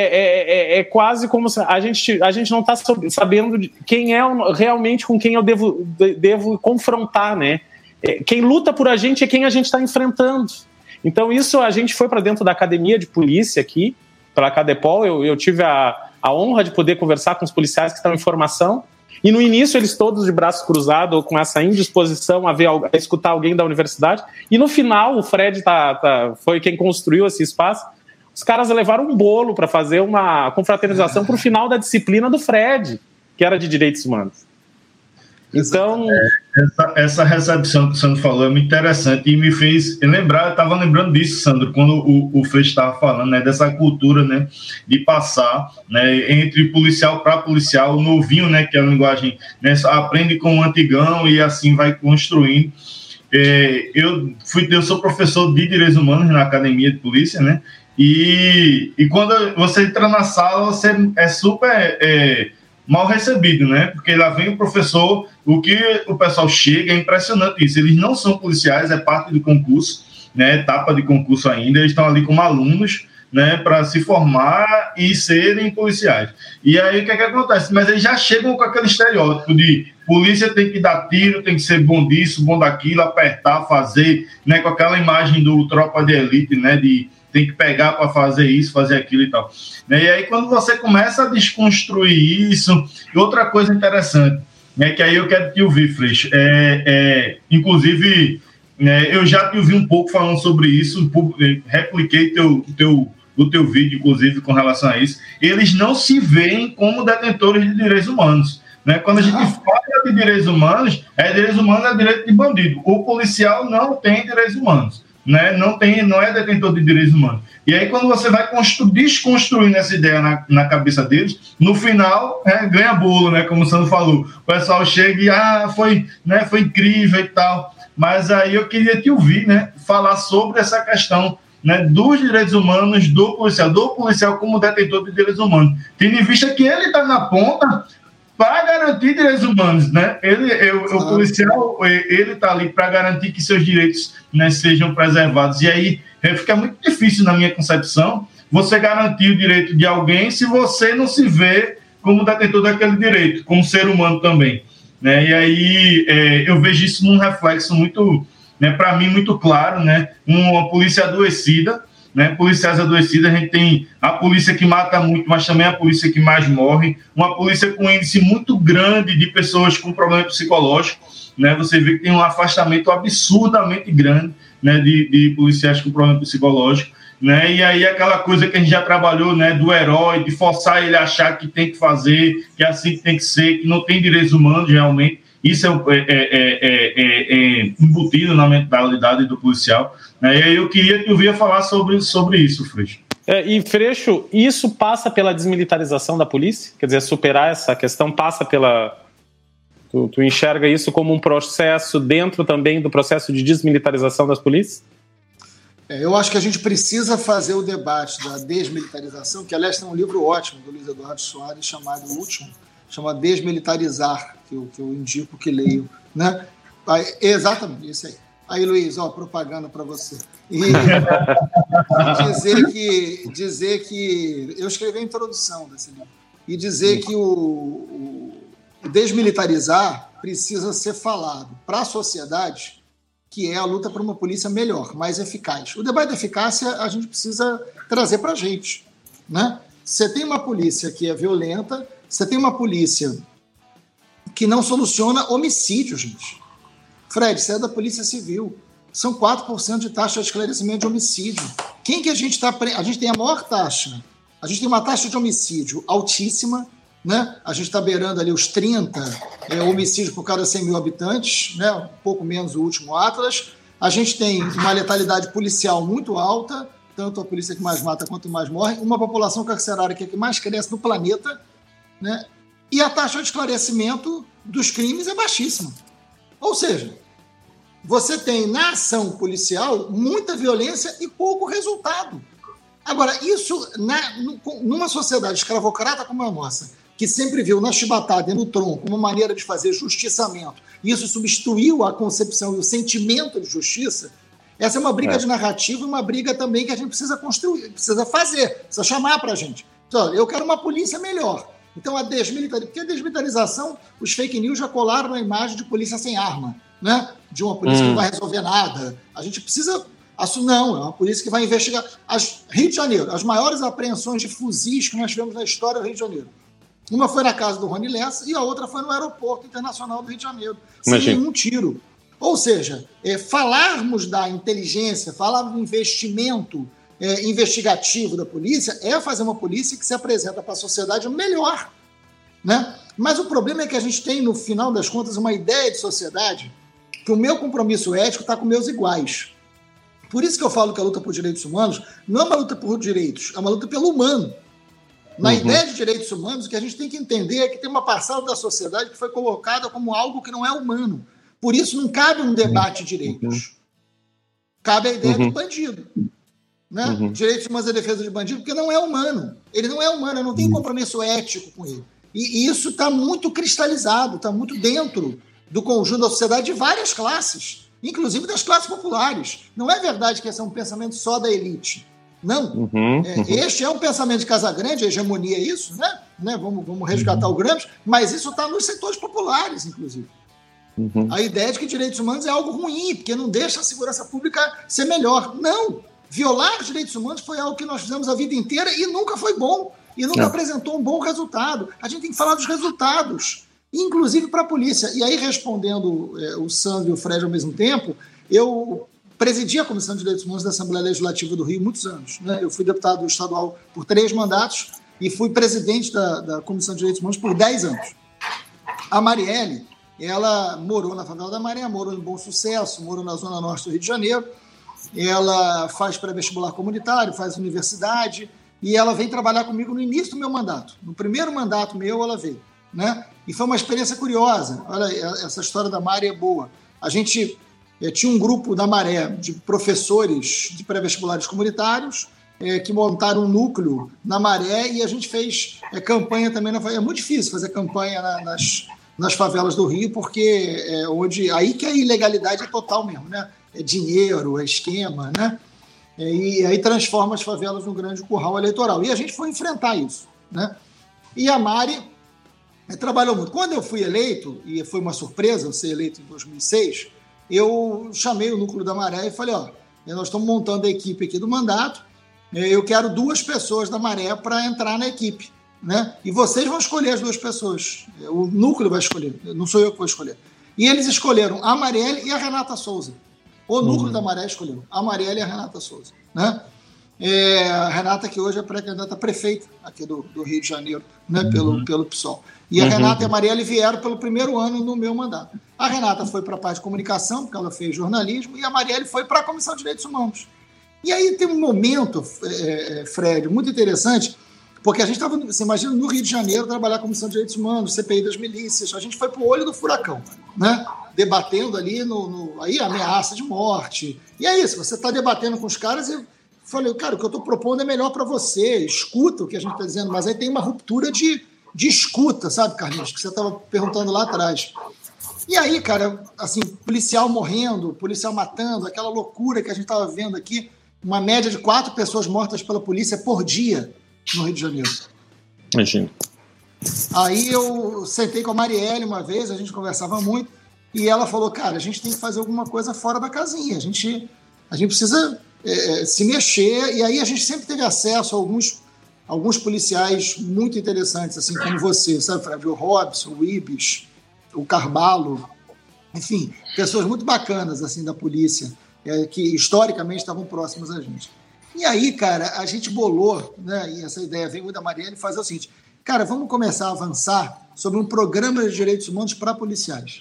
é, é, é quase como se a gente, a gente não está sabendo quem é realmente com quem eu devo, devo confrontar, né? Quem luta por a gente é quem a gente está enfrentando. Então isso, a gente foi para dentro da academia de polícia aqui, pela Cadepol, eu, eu tive a, a honra de poder conversar com os policiais que estão em formação, e no início eles todos de braços cruzados, com essa indisposição a, ver, a escutar alguém da universidade, e no final o Fred tá, tá, foi quem construiu esse espaço. Os caras levaram um bolo para fazer uma confraternização para o final da disciplina do Fred, que era de Direitos Humanos. Então... É, essa, essa recepção que o Sandro falou é muito interessante e me fez lembrar, eu estava lembrando disso, Sandro, quando o, o Fred estava falando, né, dessa cultura, né, de passar, né, entre policial para policial, o novinho, né, que é a linguagem, né, aprende com o antigão e assim vai construindo. É, eu, fui, eu sou professor de Direitos Humanos na Academia de Polícia, né, E, e quando você entra na sala, você é super é, mal recebido, né? Porque lá vem o professor, o que o pessoal chega, é impressionante isso. Eles não são policiais, é parte do concurso, né? Etapa de concurso ainda, eles estão ali como alunos, né? Para se formar e serem policiais. E aí o que é que acontece? Mas eles já chegam com aquele estereótipo de polícia tem que dar tiro, tem que ser bom disso, bom daquilo, apertar, fazer, né? Com aquela imagem do tropa de elite, né? De tem que pegar para fazer isso, fazer aquilo e tal. E aí, quando você começa a desconstruir isso, e outra coisa interessante, né, que aí eu quero te ouvir, Freixo, é, é, inclusive, né, eu já te ouvi um pouco falando sobre isso, repliquei teu, teu, o teu vídeo, inclusive, com relação a isso. Eles não se veem como detentores de direitos humanos. Né? Quando a gente fala de direitos humanos, é direitos humanos é direito de bandido. O policial não tem direitos humanos. Né? Não, tem, não é detentor de direitos humanos. E aí, quando você vai desconstruindo essa ideia na, na cabeça deles, no final, né, ganha bolo, né, como o Sandro falou. O pessoal chega e, ah, foi, né, foi incrível e tal. Mas aí eu queria te ouvir, né, falar sobre essa questão, né, dos direitos humanos do policial, do policial como detentor de direitos humanos. Tendo em vista que ele está na ponta para garantir direitos humanos, né? Ele, eu, o policial, ele está ali para garantir que seus direitos, né, sejam preservados. E aí fica muito difícil, na minha concepção, você garantir o direito de alguém se você não se vê como detentor daquele direito, como ser humano também, né? E aí é, eu vejo isso num reflexo muito, né, para mim, muito claro, né? Uma polícia adoecida, né, policiais adoecidos, a gente tem a polícia que mata muito, mas também a polícia que mais morre, uma polícia com um índice muito grande de pessoas com problema psicológico, né, você vê que tem um afastamento absurdamente grande, né, de, de policiais com problema psicológico, né, e aí aquela coisa que a gente já trabalhou, né, do herói, de forçar ele a achar que tem que fazer, que é assim que tem que ser, que não tem direitos humanos realmente, isso é, é, é, é, é embutido na mentalidade do policial. Né? E aí eu queria que eu via falar sobre, sobre isso, Freixo. É, e, Freixo, isso passa pela desmilitarização da polícia? Quer dizer, superar essa questão passa pela... Tu, tu enxerga isso como um processo dentro também do processo de desmilitarização das polícias? É, eu acho que a gente precisa fazer o debate da desmilitarização, que, aliás, tem um livro ótimo do Luiz Eduardo Soares, chamado O Último, chama Desmilitarizar, que eu, que eu indico que leio, né? Aí, exatamente, isso aí. Aí, Luiz, ó, propaganda para você. E, e dizer, que, dizer que... Eu escrevi a introdução desse livro. E dizer que o, o, o desmilitarizar precisa ser falado para a sociedade, que é a luta por uma polícia melhor, mais eficaz. O debate da eficácia a gente precisa trazer para a gente, né? Você tem uma polícia que é violenta, você tem uma polícia que não soluciona homicídio, gente. Fred, você é da Polícia Civil. São quatro por cento de taxa de esclarecimento de homicídio. Quem que a gente está... Pre... A gente tem a maior taxa. A gente tem uma taxa de homicídio altíssima, né? A gente está beirando ali os trinta é, homicídios por cada cem mil habitantes, né? Um pouco menos o último Atlas. A gente tem uma letalidade policial muito alta, tanto a polícia que mais mata quanto mais morre. Uma população carcerária que é a que mais cresce no planeta, né? E a taxa de esclarecimento dos crimes é baixíssima. Ou seja, você tem na ação policial muita violência e pouco resultado. Agora, isso na, numa sociedade escravocrata como a nossa, que sempre viu na chibatada e no tronco uma maneira de fazer justiçamento, e isso substituiu a concepção e o sentimento de justiça, Essa é uma briga É. de narrativa e uma briga também que a gente precisa construir, precisa fazer, precisa chamar para a gente. Então, eu quero uma polícia melhor. Então, a desmilitarização, porque a desmilitarização, os fake news já colaram a imagem de polícia sem arma, né? De uma polícia hum. que não vai resolver nada. A gente precisa... Isso não, é uma polícia que vai investigar. As, Rio de Janeiro, as maiores apreensões de fuzis que nós tivemos na história do Rio de Janeiro. Uma foi na casa do Rony Lessa e a outra foi no Aeroporto Internacional do Rio de Janeiro, sem nenhum tiro. Ou seja, é, falarmos da inteligência, falarmos do investimento é, investigativo da polícia é fazer uma polícia que se apresenta para a sociedade melhor. Né? Mas o problema é que a gente tem, no final das contas, uma ideia de sociedade que o meu compromisso ético está com meus iguais. Por isso que eu falo que a luta por direitos humanos não é uma luta por direitos, é uma luta pelo humano. Na uhum. ideia de direitos humanos, o que a gente tem que entender é que tem uma parcela da sociedade que foi colocada como algo que não é humano. Por isso não cabe um debate de direitos. Uhum. Cabe a ideia uhum. do bandido. Né? Uhum. Direitos humanos é defesa de bandido, porque não é humano. Ele não é humano, eu não tenho compromisso ético com ele. E isso está muito cristalizado, está muito dentro do conjunto da sociedade de várias classes, inclusive das classes populares. Não é verdade que esse é um pensamento só da elite. Não. Uhum, uhum. É, este é um pensamento de Casagrande, a hegemonia é isso, né? né? Vamos, vamos resgatar uhum. o Gramsci, mas isso está nos setores populares, inclusive. Uhum. A ideia de que direitos humanos é algo ruim, porque não deixa a segurança pública ser melhor. Não. Violar os direitos humanos foi algo que nós fizemos a vida inteira e nunca foi bom. E nunca não. apresentou um bom resultado. A gente tem que falar dos resultados, inclusive para a polícia. E aí, respondendo é, o Sandro e o Fred ao mesmo tempo, eu presidi a Comissão de Direitos Humanos da Assembleia Legislativa do Rio muitos anos. Né? Eu fui deputado estadual por três mandatos e fui presidente da, da Comissão de Direitos Humanos por dez anos. A Marielle, ela morou na favela da Maré, morou em Bom Sucesso, morou na Zona Norte do Rio de Janeiro. Ela faz pré-vestibular comunitário, faz universidade, e ela veio trabalhar comigo no início do meu mandato. No primeiro mandato meu, ela veio. Né? E foi uma experiência curiosa. Olha, essa história da Maré é boa. A gente é, tinha um grupo da Maré de professores de pré-vestibulares comunitários é, que montaram um núcleo na Maré e a gente fez é, campanha também. Na, é muito difícil fazer campanha na, nas, nas favelas do Rio, porque é onde, aí que a ilegalidade é total mesmo. Né? É dinheiro, é esquema, né? E aí transforma as favelas num grande curral eleitoral. E a gente foi enfrentar isso. Né? E a Mari trabalhou muito. Quando eu fui eleito, e foi uma surpresa eu ser eleito em dois mil e seis, eu chamei o núcleo da Maré e falei, ó, nós estamos montando a equipe aqui do mandato, eu quero duas pessoas da Maré para entrar na equipe. Né? E vocês vão escolher as duas pessoas. O núcleo vai escolher, não sou eu que vou escolher. E eles escolheram a Marielle e a Renata Souza. O núcleo uhum. da Maré escolheu a Marielle e a Renata Souza. Né? É, a Renata, que hoje é pré-candidata a prefeita aqui do, do Rio de Janeiro, né? uhum. pelo, pelo PSOL. E a uhum. Renata e a Marielle vieram pelo primeiro ano no meu mandato. A Renata foi para a parte de comunicação, porque ela fez jornalismo, e a Marielle foi para a Comissão de Direitos Humanos. E aí tem um momento, é, Fred, muito interessante, porque a gente estava, você imagina, no Rio de Janeiro, trabalhar com a Comissão de Direitos Humanos, C P I das milícias, a gente foi para o olho do furacão, né? Debatendo ali, no, no, aí ameaça de morte. E é isso, você está debatendo com os caras e falei, cara, o que eu estou propondo é melhor para você, escuta o que a gente está dizendo, mas aí tem uma ruptura de, de escuta, sabe, Carlinhos, que você estava perguntando lá atrás. E aí, cara, assim, policial morrendo, policial matando, aquela loucura que a gente estava vendo aqui, uma média de quatro pessoas mortas pela polícia por dia no Rio de Janeiro. Imagina. Aí eu sentei com a Marielle uma vez, a gente conversava muito, e ela falou, cara, a gente tem que fazer alguma coisa fora da casinha, a gente, a gente precisa é, se mexer, e aí a gente sempre teve acesso a alguns, alguns policiais muito interessantes, assim como você, sabe, Fred? O Robson, o Ibis, o Carbalo, enfim, pessoas muito bacanas, assim, da polícia, é, que historicamente estavam próximas a gente. E aí, cara, a gente bolou, né, e essa ideia veio da Marielle, fazer o seguinte, cara, vamos começar a avançar sobre um programa de direitos humanos para policiais.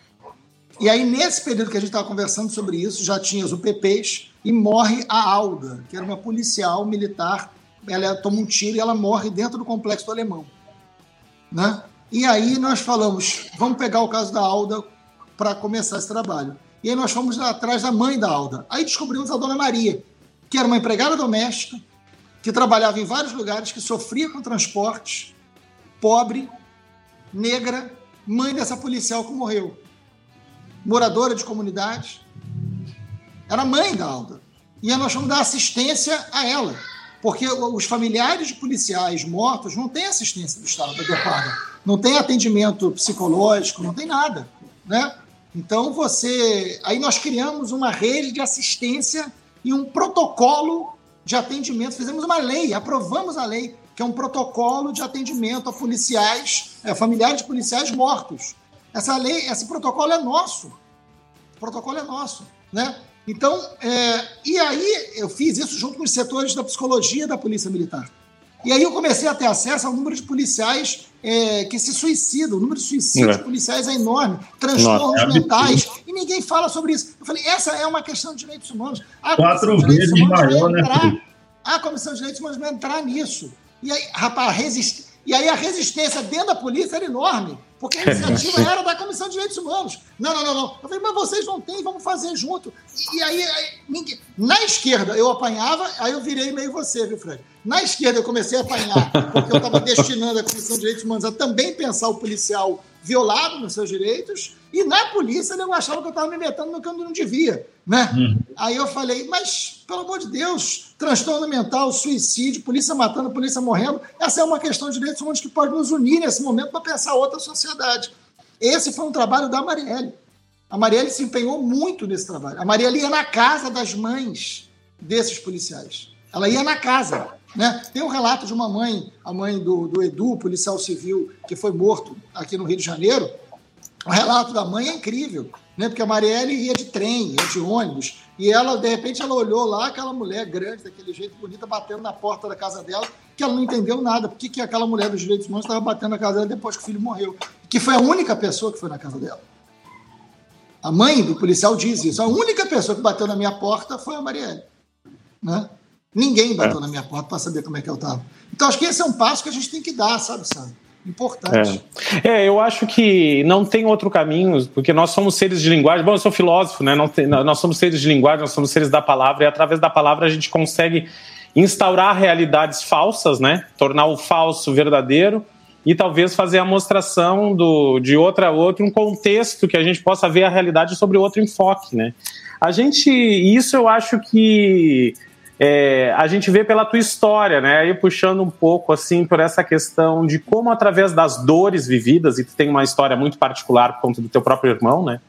E aí, nesse período que a gente estava conversando sobre isso, já tinha os U P Ps e morre a Alda, que era uma policial militar, ela toma um tiro e ela morre dentro do Complexo do Alemão. Né? E aí nós falamos, vamos pegar o caso da Alda para começar esse trabalho. E aí nós fomos atrás da mãe da Alda. Aí descobrimos a Dona Maria, que era uma empregada doméstica, que trabalhava em vários lugares, que sofria com transportes, pobre, negra, mãe dessa policial que morreu. Moradora de comunidade. era a mãe da Alda. E nós vamos dar assistência a ela, porque os familiares de policiais mortos não têm assistência do Estado adequada, não tem atendimento psicológico, não tem nada, né? Então, você... Aí nós criamos uma rede de assistência e um protocolo de atendimento. Fizemos uma lei, aprovamos a lei, que é um protocolo de atendimento a policiais, é, familiares de policiais mortos. Essa lei, esse protocolo é nosso. O protocolo é nosso, né? Então, é, e aí eu fiz isso junto com os setores da psicologia da Polícia Militar. E aí eu comecei a ter acesso ao número de policiais é, que se suicidam. O número de suicídios de policiais é enorme. Transtornos Nossa, mentais. É e ninguém fala sobre isso. Eu falei, essa é uma questão de direitos humanos. A Quatro vezes maior, né? A Comissão de Direitos Humanos vai entrar nisso. E aí, rapaz, resist... e aí a resistência dentro da polícia era enorme. Porque a iniciativa era da Comissão de Direitos Humanos. Não, não, não, não. Eu falei, mas vocês não têm, vamos fazer junto. E aí, aí ninguém... na esquerda, eu apanhava, aí eu virei meio você, viu, Fred? Na esquerda, eu comecei a apanhar, porque eu estava destinando a Comissão de Direitos Humanos a também pensar o policial violado nos seus direitos, e na polícia eu achava que eu estava me metendo no que eu não devia, né? Uhum. Aí eu falei, mas, pelo amor de Deus, transtorno mental, suicídio, polícia matando, polícia morrendo, essa é uma questão de direitos humanos que pode nos unir nesse momento para pensar outra sociedade. Esse foi um trabalho da Marielle. A Marielle se empenhou muito nesse trabalho. A Marielle ia na casa das mães desses policiais. Ela ia na casa, né? Tem um relato de uma mãe, a mãe do, do Edu, policial civil, que foi morto aqui no Rio de Janeiro. O relato da mãe é incrível, né? Porque a Marielle ia de trem, ia de ônibus, e ela, de repente, ela olhou lá, aquela mulher grande, daquele jeito bonita, batendo na porta da casa dela, que ela não entendeu nada. Por que, que aquela mulher dos direitos humanos estava batendo na casa dela depois que o filho morreu? Que foi a única pessoa que foi na casa dela. A mãe do policial diz isso. A única pessoa que bateu na minha porta foi a Marielle, né? Ninguém bateu é. na minha porta para saber como é que eu estava. Então, acho que esse é um passo que a gente tem que dar, sabe, Sandro? Importante. É. é, eu acho que não tem outro caminho, porque nós somos seres de linguagem. Bom, eu sou filósofo, né? Não tem, nós somos seres de linguagem, nós somos seres da palavra, e através da palavra a gente consegue instaurar realidades falsas, né? Tornar o falso verdadeiro e talvez fazer a mostração do, de outra, outro um contexto que a gente possa ver a realidade sobre outro enfoque, né? A gente, isso eu acho que É, a gente vê pela tua história, né? Aí puxando um pouco assim por essa questão de como através das dores vividas, e tu tem uma história muito particular por conta do teu próprio irmão, né?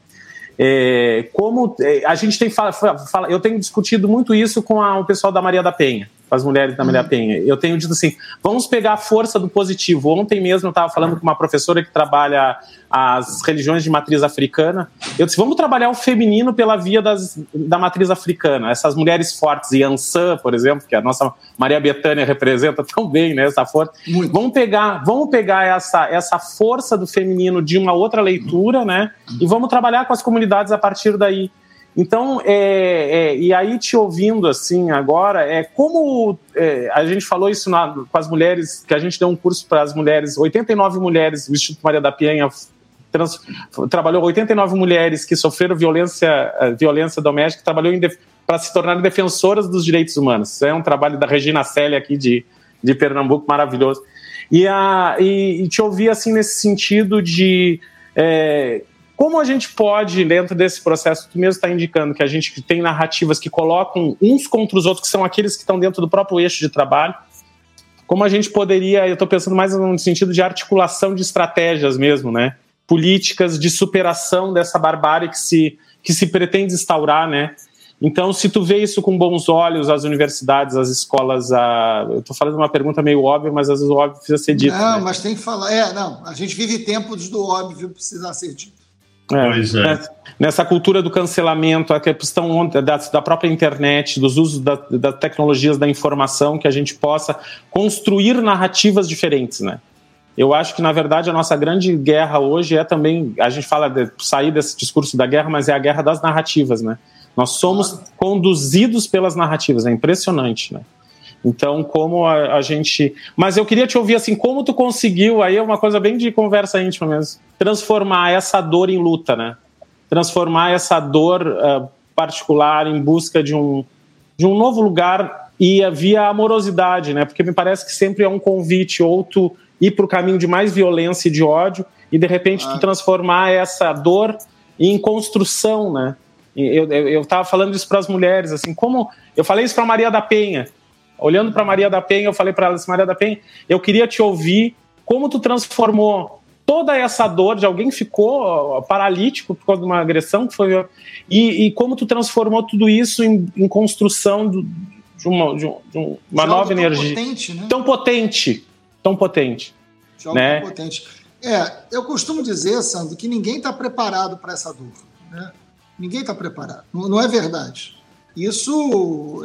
É, como é, a gente tem fala, fala, eu tenho discutido muito isso com a, o pessoal da Maria da Penha, com as mulheres da Maria da Penha. Eu tenho dito assim, vamos pegar a força do positivo. Ontem mesmo eu estava falando com uma professora que trabalha as religiões de matriz africana. Eu disse, vamos trabalhar o feminino pela via das, da matriz africana. Essas mulheres fortes, Yansan, por exemplo, que a nossa Maria Bethânia representa tão bem, né, essa força. Muito. Vamos pegar, vamos pegar essa, essa força do feminino de uma outra leitura, né, e vamos trabalhar com as comunidades a partir daí. Então, é, é, e aí te ouvindo assim agora, é como é, a gente falou isso na, com as mulheres, que a gente deu um curso para as mulheres, oitenta e nove mulheres, o Instituto Maria da Penha trans, trabalhou oitenta e nove mulheres que sofreram violência, violência doméstica, trabalhou para se tornarem defensoras dos direitos humanos. Isso é um trabalho da Regina Célia aqui de, de Pernambuco, maravilhoso. E, a, e, e te ouvir assim nesse sentido de... É, como a gente pode, dentro desse processo, tu mesmo está indicando que a gente tem narrativas que colocam uns contra os outros, que são aqueles que estão dentro do próprio eixo de trabalho, como a gente poderia, eu estou pensando mais no sentido de articulação de estratégias mesmo, né? Políticas de superação dessa barbárie que se, que se pretende instaurar, né? Então, se tu vê isso com bons olhos, as universidades, as escolas, a... eu estou falando uma pergunta meio óbvia, mas às vezes o óbvio precisa ser dito. Não, né? Mas tem que falar, é, não, a gente vive tempos do óbvio precisar ser dito. É, pois é. Nessa cultura do cancelamento, a questão da, da própria internet, dos usos das da tecnologias da informação, que a gente possa construir narrativas diferentes, né? Eu acho que, na verdade, a nossa grande guerra hoje é também, a gente fala de sair desse discurso da guerra, mas é a guerra das narrativas, né? Nós somos claro. conduzidos pelas narrativas, é impressionante, né? Então, como a, a gente... Mas eu queria te ouvir, assim, como tu conseguiu, aí é uma coisa bem de conversa íntima mesmo, transformar essa dor em luta, né? Transformar essa dor uh, particular em busca de um, de um novo lugar e via amorosidade, né? Porque me parece que sempre é um convite, ou tu ir para o caminho de mais violência e de ódio, e de repente ah. tu transformar essa dor em construção, né? Eu estava falando isso para as mulheres, assim, como eu falei isso para Maria da Penha, olhando para Maria da Penha, eu falei para ela assim, Maria da Penha, eu queria te ouvir como tu transformou toda essa dor de alguém que ficou paralítico por causa de uma agressão que foi, e, e como tu transformou tudo isso em, em construção do, de uma, de uma, de uma nova energia potente, né? tão potente, tão potente, de né? Tão potente. É, eu costumo dizer, Sandro, que ninguém está preparado para essa dor, né? Ninguém está preparado. Não, não é verdade. Isso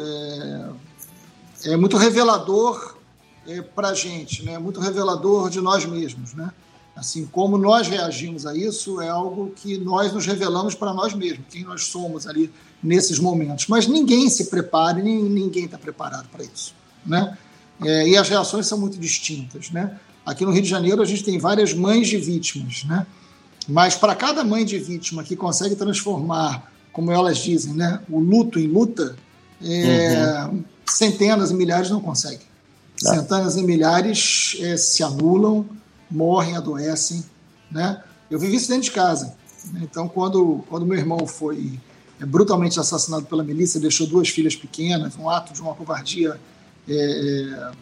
é, é muito revelador é, para a gente, né? Muito revelador de nós mesmos, né? Assim, como nós reagimos a isso é algo que nós nos revelamos para nós mesmos, quem nós somos ali nesses momentos. Mas ninguém se prepara, nem ninguém está preparado para isso, né? É, e as reações são muito distintas, né? Aqui no Rio de Janeiro a gente tem várias mães de vítimas, né? Mas para cada mãe de vítima que consegue transformar, como elas dizem, né, o luto em luta, é, uhum. centenas e milhares não conseguem. Ah. Centenas e milhares é, se anulam, morrem, adoecem, né? Eu vivi isso dentro de casa. Então, quando, quando meu irmão foi é, brutalmente assassinado pela milícia, deixou duas filhas pequenas, um ato de uma covardia é,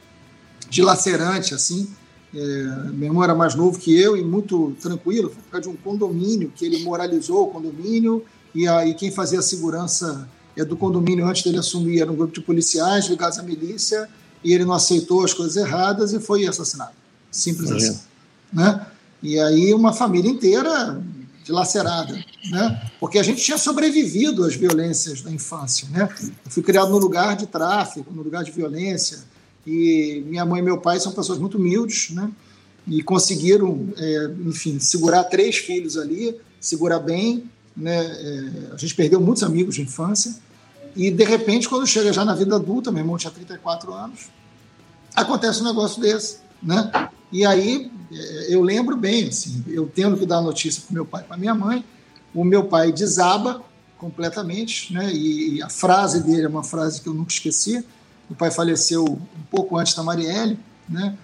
dilacerante, assim. É, meu irmão era mais novo que eu e muito tranquilo, foi por causa de um condomínio que ele moralizou o condomínio e aí quem fazia a segurança é, do condomínio antes dele assumir era um grupo de policiais ligados à milícia e ele não aceitou as coisas erradas e foi assassinado. Simples é. assim. Né? E aí uma família inteira dilacerada, né? Porque a gente tinha sobrevivido às violências da infância. Né? Eu fui criado no lugar de tráfico, no lugar de violência. E minha mãe e meu pai são pessoas muito humildes, né? E conseguiram, é, enfim, segurar três filhos ali, segurar bem, né? É, a gente perdeu muitos amigos de infância e, de repente, quando chega já na vida adulta, meu irmão tinha trinta e quatro anos, acontece um negócio desse, né? E aí, eu lembro bem, assim, eu tendo que dar a notícia para meu pai e para minha mãe, o meu pai desaba completamente, né? E a frase dele é uma frase que eu nunca esqueci. O pai faleceu um pouco antes da Marielle, né?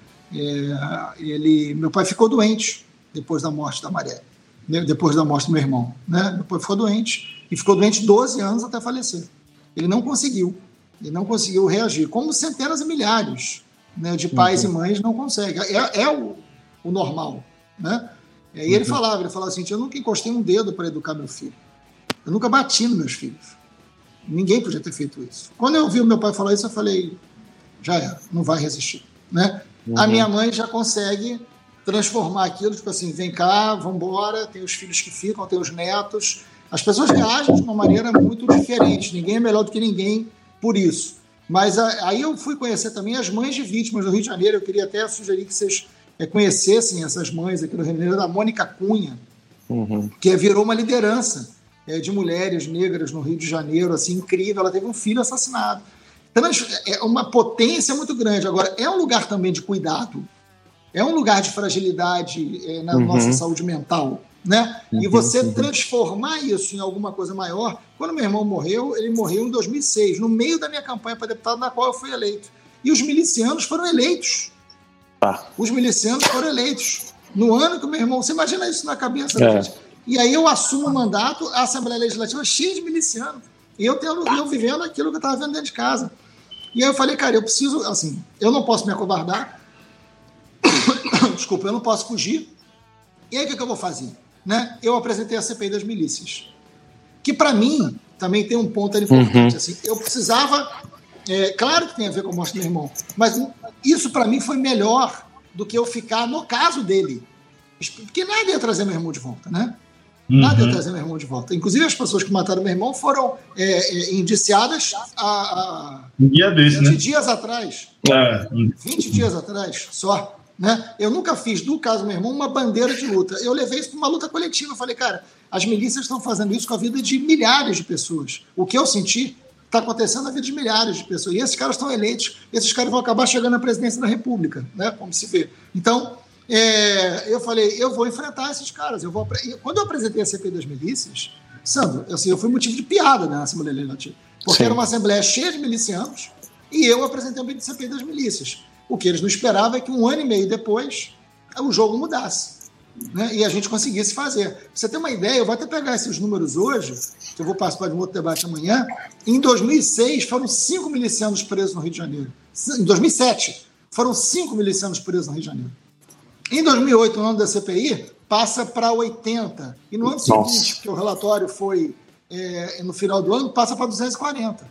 É, ele, meu pai ficou doente depois da morte da Marielle, depois da morte do meu irmão, né? Meu pai ficou doente e ficou doente doze anos até falecer. Ele não conseguiu, ele não conseguiu reagir, como centenas e milhares, né, de pais uhum. e mães não conseguem. É, é o, o normal, né? E aí ele uhum. falava, ele falava assim, eu nunca encostei um dedo para educar meu filho, eu nunca bati nos meus filhos. Ninguém podia ter feito isso. Quando eu ouvi o meu pai falar isso, eu falei, já era, não vai resistir, né? Uhum. A minha mãe já consegue transformar aquilo, tipo assim, vem cá, vamos embora, tem os filhos que ficam, tem os netos. As pessoas reagem de uma maneira muito diferente, ninguém é melhor do que ninguém por isso. Mas a, aí eu fui conhecer também as mães de vítimas do Rio de Janeiro, eu queria até sugerir que vocês é, conhecessem essas mães aqui no Rio de Janeiro, da Mônica Cunha, uhum. que virou uma liderança de mulheres negras no Rio de Janeiro, assim, incrível. Ela teve um filho assassinado. É uma potência muito grande. Agora, é um lugar também de cuidado, é um lugar de fragilidade é, na uhum. nossa saúde mental, né? Uhum. E você transformar isso em alguma coisa maior. Quando meu irmão morreu, ele morreu em dois mil e seis, no meio da minha campanha para deputado, na qual eu fui eleito. E os milicianos foram eleitos. Ah. Os milicianos foram eleitos. No ano que o meu irmão... Você imagina isso na cabeça da é. gente? E aí eu assumo o mandato, a Assembleia Legislativa cheia de milicianos. E eu, tendo, eu vivendo aquilo que eu estava vendo dentro de casa. E aí eu falei, cara, eu preciso, assim, eu não posso me acovardar. Desculpa, eu não posso fugir. E aí o que, que eu vou fazer? Né? Eu apresentei a C P I das milícias. Que para mim também tem um ponto ali importante. Uhum. Assim, eu precisava, é, claro que tem a ver com a morte do meu irmão, mas isso para mim foi melhor do que eu ficar no caso dele. Porque nada ia trazer meu irmão de volta, né? Nada uhum. ia trazer meu irmão de volta. Inclusive, as pessoas que mataram meu irmão foram é, é, indiciadas há, há um dia desse, vinte né? dias atrás. É. vinte dias atrás, só. Né? Eu nunca fiz do caso do meu irmão uma bandeira de luta. Eu levei isso para uma luta coletiva. Eu falei, cara, as milícias estão fazendo isso com a vida de milhares de pessoas. O que eu senti está acontecendo na vida de milhares de pessoas. E esses caras estão eleitos. Esses caras vão acabar chegando à presidência da República, né? Como se vê. Então, é, eu falei, eu vou enfrentar esses caras. Eu vou... Quando eu apresentei a C P I das milícias, Sandro, assim, eu fui motivo de piada na Assembleia Legislativa. Porque Sim. era uma Assembleia cheia de milicianos e eu apresentei a C P I das milícias. O que eles não esperavam é que um ano e meio depois o jogo mudasse. né, e a gente conseguisse fazer. Pra você ter uma ideia, eu vou até pegar esses números hoje, que eu vou participar de um outro debate amanhã. Em dois mil e seis, foram cinco milicianos presos no Rio de Janeiro. Em dois mil e sete, foram cinco milicianos presos no Rio de Janeiro. Em dois mil e oito, no ano da C P I, passa para oitenta. E no ano Nossa. seguinte, que o relatório foi é, no final do ano, passa para duzentos e quarenta.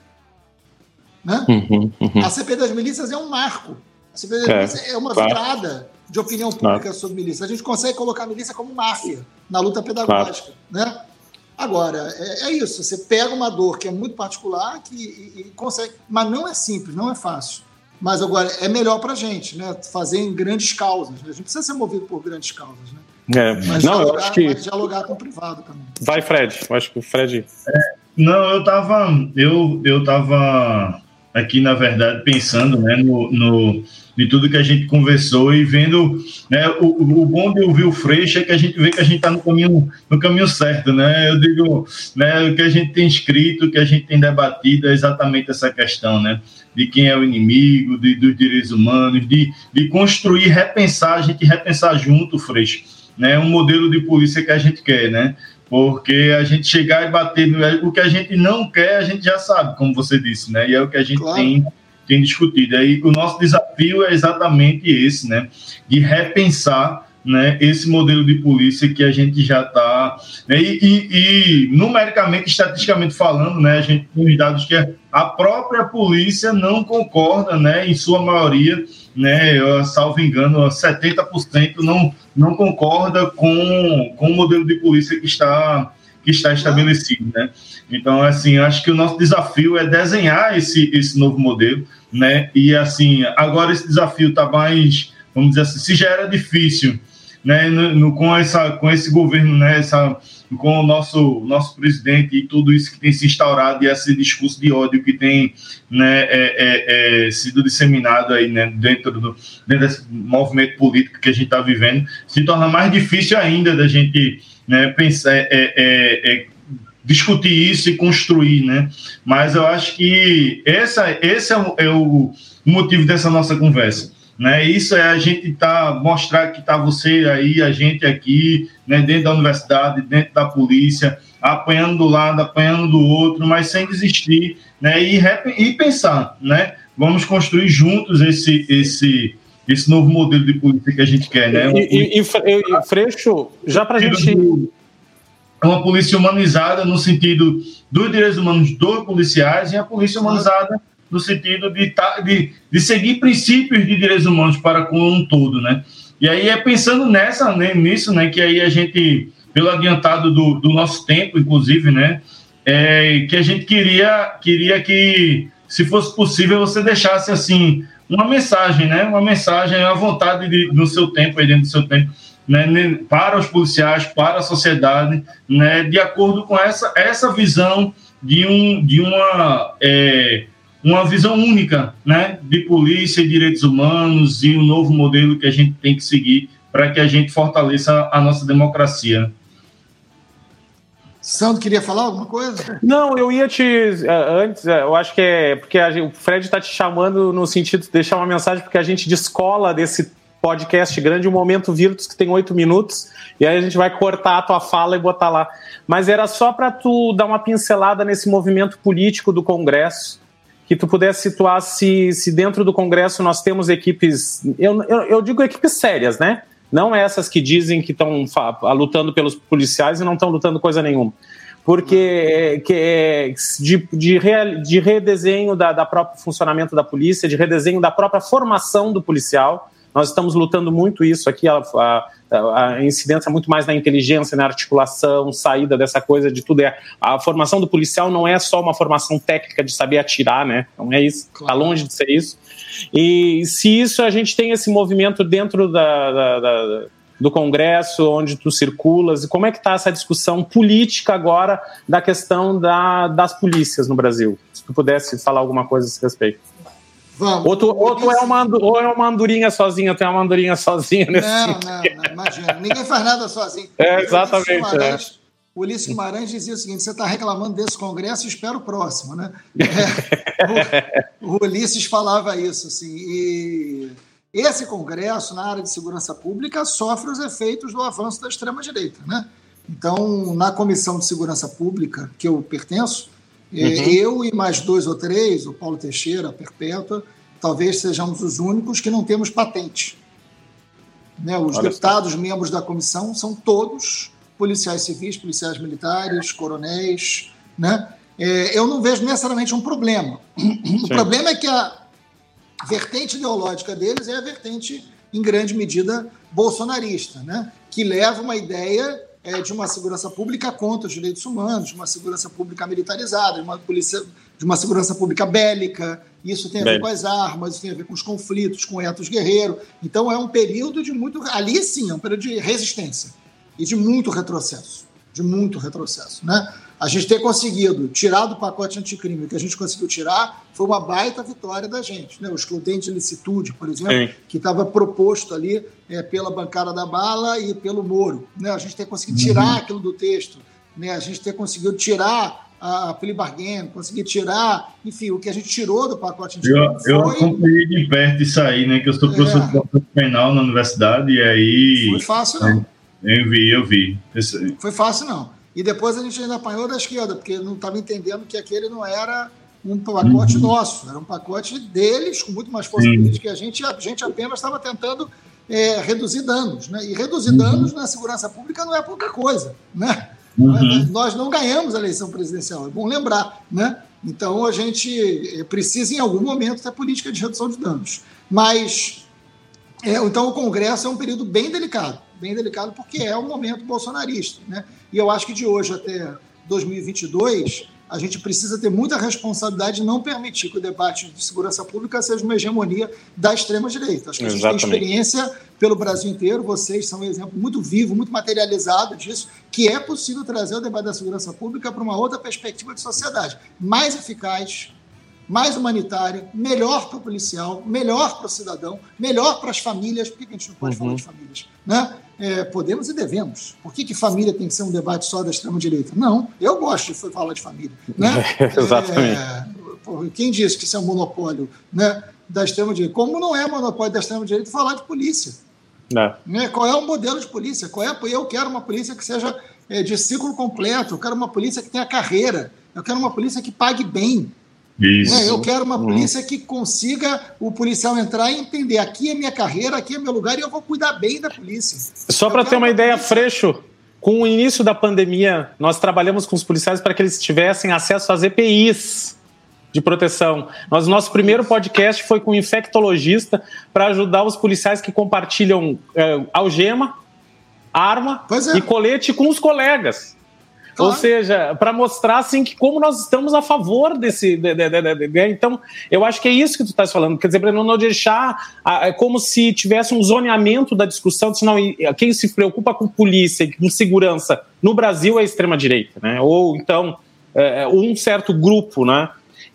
Né? Uhum, uhum. A C P I das milícias é um marco. A C P I das é, milícias é uma claro. virada de opinião pública claro. sobre milícia. A gente consegue colocar a milícia como máfia na luta pedagógica. Claro. Né? Agora, é, é isso. Você pega uma dor que é muito particular que, e, e consegue... Mas não é simples, não é fácil. Mas agora, é melhor para a gente, né? Fazer em grandes causas. Né? A gente precisa ser movido por grandes causas, né? É. Mas, não, dialogar, eu acho que... mas dialogar com o privado também. Vai, Fred. Eu acho que o Fred... É, não, eu estava eu, eu tava aqui, na verdade, pensando, né, no, no, de tudo que a gente conversou e vendo, né, o, o bom de ouvir o Freixo é que a gente vê que a gente está no caminho, no caminho certo, né? Eu digo, né, o que a gente tem escrito, o que a gente tem debatido é exatamente essa questão, né? De quem é o inimigo, de, dos direitos humanos, de, de construir, repensar, a gente repensar junto, Freixo, né? Um modelo de polícia que a gente quer, né? Porque a gente chegar e bater no... O que a gente não quer, a gente já sabe, como você disse, né? E é o que a gente claro. tem, tem discutido. Aí o nosso desafio é exatamente esse, né? De repensar, né, esse modelo de polícia que a gente já está... Né? E, e, e, numericamente, estatisticamente falando, né, a gente tem os dados que a própria polícia não concorda, né, em sua maioria, né, eu, salvo engano, setenta por cento não, não concorda com, com o modelo de polícia que está, que está estabelecido, né? Então, assim, acho que o nosso desafio é desenhar esse, esse novo modelo, né? E, assim, agora esse desafio está mais, vamos dizer assim, se já era difícil, né, no, no, com, essa, com esse governo, né, essa, com o nosso, nosso presidente e tudo isso que tem se instaurado e esse discurso de ódio que tem, né, é, é, é, sido disseminado aí, né, dentro, do, dentro desse movimento político que a gente está vivendo, se torna mais difícil ainda da gente, né, pensar, é, é, é, discutir isso e construir, né? Mas eu acho que essa, esse é o, é o motivo dessa nossa conversa. Né, isso é a gente tá, mostrar que está você aí, a gente aqui, né, dentro da universidade, dentro da polícia, apanhando do lado, apanhando do outro, mas sem desistir, né, e, e pensar, né, vamos construir juntos esse, esse, esse novo modelo de polícia que a gente quer. Né? E, e, e, e Freixo, já para a gente... Uma polícia humanizada no sentido dos direitos humanos dos policiais e a polícia humanizada no sentido de, de, de seguir princípios de direitos humanos para com um todo, né? E aí é pensando nessa, né, nisso, né, que aí a gente, pelo adiantado do, do nosso tempo, inclusive, né, é, que a gente queria, queria que, se fosse possível, você deixasse, assim, uma mensagem, né, uma mensagem à vontade de, do seu tempo, aí dentro do seu tempo, né, para os policiais, para a sociedade, né, de acordo com essa, essa visão de, um, de uma... É, uma visão única, né, de polícia e direitos humanos e um novo modelo que a gente tem que seguir para que a gente fortaleça a nossa democracia. Sandro, queria falar alguma coisa? Não, eu ia te... Antes, eu acho que é... Porque a gente, o Fred está te chamando no sentido de deixar uma mensagem, porque a gente descola desse podcast grande o Momento Virtus, que tem oito minutos, e aí a gente vai cortar a tua fala e botar lá. Mas era só para tu dar uma pincelada nesse movimento político do Congresso, que tu pudesse situar se, se dentro do Congresso nós temos equipes, eu, eu, eu digo equipes sérias, né? Não essas que dizem que estão lutando pelos policiais e não estão lutando coisa nenhuma. Porque que, de, de, re, de redesenho da, da próprio funcionamento da polícia, de redesenho da própria formação do policial, nós estamos lutando muito isso aqui, a, a, a incidência muito mais na inteligência, na articulação, saída dessa coisa de tudo. É, a formação do policial não é só uma formação técnica de saber atirar, né? Não é isso, está longe de ser isso. E se isso, a gente tem esse movimento dentro da, da, da, do Congresso, onde tu circulas, e como é que está essa discussão política agora da questão da, das polícias no Brasil? Se tu pudesse falar alguma coisa a esse respeito. Vamos. Ou tu, ou tu é, uma, ou é uma andorinha sozinha, tu é uma andorinha sozinha nesse Não, não, não, imagina. Ninguém faz nada sozinho. É, exatamente. O Ulisses Guimarães dizia o seguinte: você está reclamando desse congresso, espera o próximo, né? É, o, o Ulisses falava isso, assim, e, Esse Congresso, na área de segurança pública, sofre os efeitos do avanço da extrema-direita, né? Então, na Comissão de Segurança Pública, que eu pertenço, uhum. eu e mais dois ou três, o Paulo Teixeira, a Perpétua, talvez sejamos os únicos que não temos patente. Né? Os Olha deputados, assim. membros da comissão, são todos policiais civis, policiais militares, coronéis, né? É, eu não vejo necessariamente um problema. Sim. O problema é que a vertente ideológica deles é a vertente, em grande medida, bolsonarista, né? Que leva uma ideia é, de uma segurança pública contra os direitos humanos, de uma segurança pública militarizada, de uma, polícia, de uma segurança pública bélica. Isso tem a ver Bem. com as armas, isso tem a ver com os conflitos, com o ethos guerreiro. Então é um período de muito... Ali sim, é um período de resistência e de muito retrocesso, de muito retrocesso, né? A gente ter conseguido tirar do pacote anticrime o que a gente conseguiu tirar foi uma baita vitória da gente, né? O excludente de licitude, por exemplo, Sim. que estava proposto ali é, pela bancada da bala e pelo Moro, né? A gente ter conseguido tirar uhum. aquilo do texto, né? A gente ter conseguido tirar a plea bargain, conseguir tirar, enfim, o que a gente tirou do pacote anticrime. Eu, foi... eu acompanhei de perto isso aí, né? Que eu sou professor é. de processo penal na universidade e aí... Foi fácil, não. Eu vi, eu vi. Foi fácil, não. E depois a gente ainda apanhou da esquerda, porque não estava entendendo que aquele não era um pacote uhum. nosso, era um pacote deles, com muito mais força Sim. política que a gente, a gente apenas estava tentando é, reduzir danos. Né? E reduzir uhum. danos na segurança pública não é pouca coisa. Né? Uhum. Nós não ganhamos a eleição presidencial, é bom lembrar. Né? Então a gente precisa, em algum momento, ter política de redução de danos. Mas, é, então, o Congresso é um período bem delicado. bem delicado porque é um momento bolsonarista, né? E eu acho que de hoje até dois mil e vinte e dois a gente precisa ter muita responsabilidade de não permitir que o debate de segurança pública seja uma hegemonia da extrema-direita. Acho que a gente Exatamente. tem experiência pelo Brasil inteiro, vocês são um exemplo muito vivo, muito materializado disso, que é possível trazer o debate da segurança pública para uma outra perspectiva de sociedade, mais eficaz, mais humanitária, melhor para o policial, melhor para o cidadão, melhor para as famílias. Por que a gente não pode uhum. falar de famílias? Né? É, podemos e devemos. Por que, que família tem que ser um debate só da extrema-direita? Não, eu gosto de falar de família. Né? É, exatamente. É, quem disse que isso é um monopólio, né, da extrema-direita? Como não é monopólio da extrema-direita falar de polícia? É. Né? Qual é o modelo de polícia? Qual é? Eu quero uma polícia que seja é, de ciclo completo, eu quero uma polícia que tenha carreira, eu quero uma polícia que pague bem. Isso. Eu quero uma polícia que consiga o policial entrar e entender, aqui é minha carreira, aqui é meu lugar e eu vou cuidar bem da polícia. Só para ter uma, uma ideia, polícia... Freixo, com o início da pandemia, nós trabalhamos com os policiais para que eles tivessem acesso às E P Is de proteção. Nós, nosso primeiro podcast foi com um infectologista para ajudar os policiais que compartilham é, algema, arma é. e colete com os colegas. Claro. Ou seja, para mostrar assim, que como nós estamos a favor desse... De, de, de, de, de, então, eu acho que é isso que tu estás falando. Quer dizer, para não deixar é como se tivesse um zoneamento da discussão, senão quem se preocupa com polícia e com segurança no Brasil é a extrema-direita, né? Ou então é, um certo grupo, né?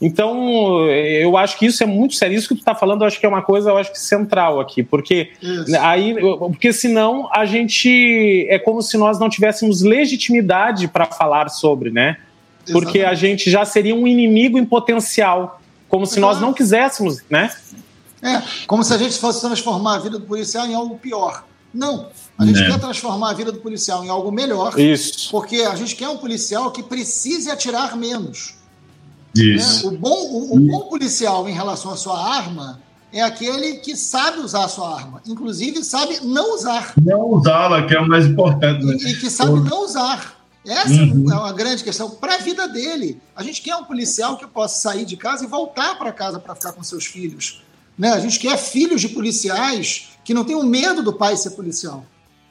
Então, eu acho que isso é muito sério. Isso que tu está falando, eu acho que é uma coisa, eu acho que central aqui, porque aí, porque senão a gente é como se nós não tivéssemos legitimidade para falar sobre, né? Porque Exatamente. a gente já seria um inimigo em potencial, como se Exato. nós não quiséssemos, né? É, como se a gente fosse transformar a vida do policial em algo pior. Não, a gente é. quer transformar a vida do policial em algo melhor, Isso. porque a gente quer um policial que precise atirar menos. Isso. Né? O, bom, o, o bom policial em relação à sua arma é aquele que sabe usar a sua arma, inclusive sabe não usar. Não usá-la, que é o mais importante. Né? E, e que sabe não usar. Essa uhum. é uma grande questão para a vida dele. A gente quer um policial que possa sair de casa e voltar para casa para ficar com seus filhos. Né? A gente quer filhos de policiais que não tenham medo do pai ser policial.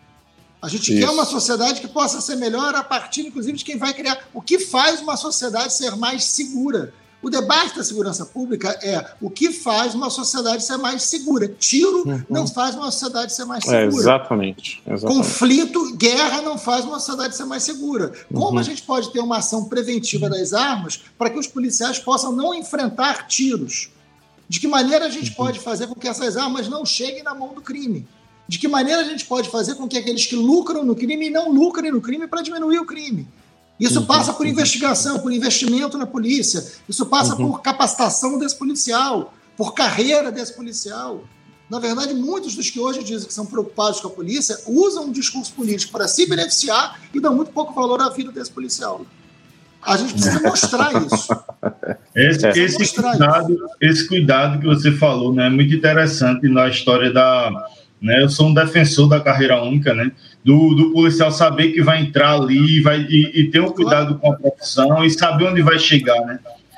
A gente Isso. quer uma sociedade que possa ser melhor a partir, inclusive, de quem vai criar. O que faz uma sociedade ser mais segura? O debate da segurança pública é o que faz uma sociedade ser mais segura. Tiro uhum. não faz uma sociedade ser mais segura. É, exatamente, exatamente. Conflito, guerra não faz uma sociedade ser mais segura. Como uhum. a gente pode ter uma ação preventiva das armas para que os policiais possam não enfrentar tiros? De que maneira a gente uhum. pode fazer com que essas armas não cheguem na mão do crime? De que maneira a gente pode fazer com que aqueles que lucram no crime não lucrem no crime para diminuir o crime? Isso uhum, passa por investigação, por investimento na polícia. Isso passa uhum. por capacitação desse policial, por carreira desse policial. Na verdade, muitos dos que hoje dizem que são preocupados com a polícia usam um discurso político para se beneficiar e dão muito pouco valor à vida desse policial. A gente precisa mostrar isso. Esse, esse, mostrar cuidado, isso. esse cuidado que você falou, né, é muito interessante na história da... Né, eu sou um defensor da carreira única, né, do, do policial saber que vai entrar ali vai, e, e ter um cuidado com a profissão e saber onde vai chegar. Né?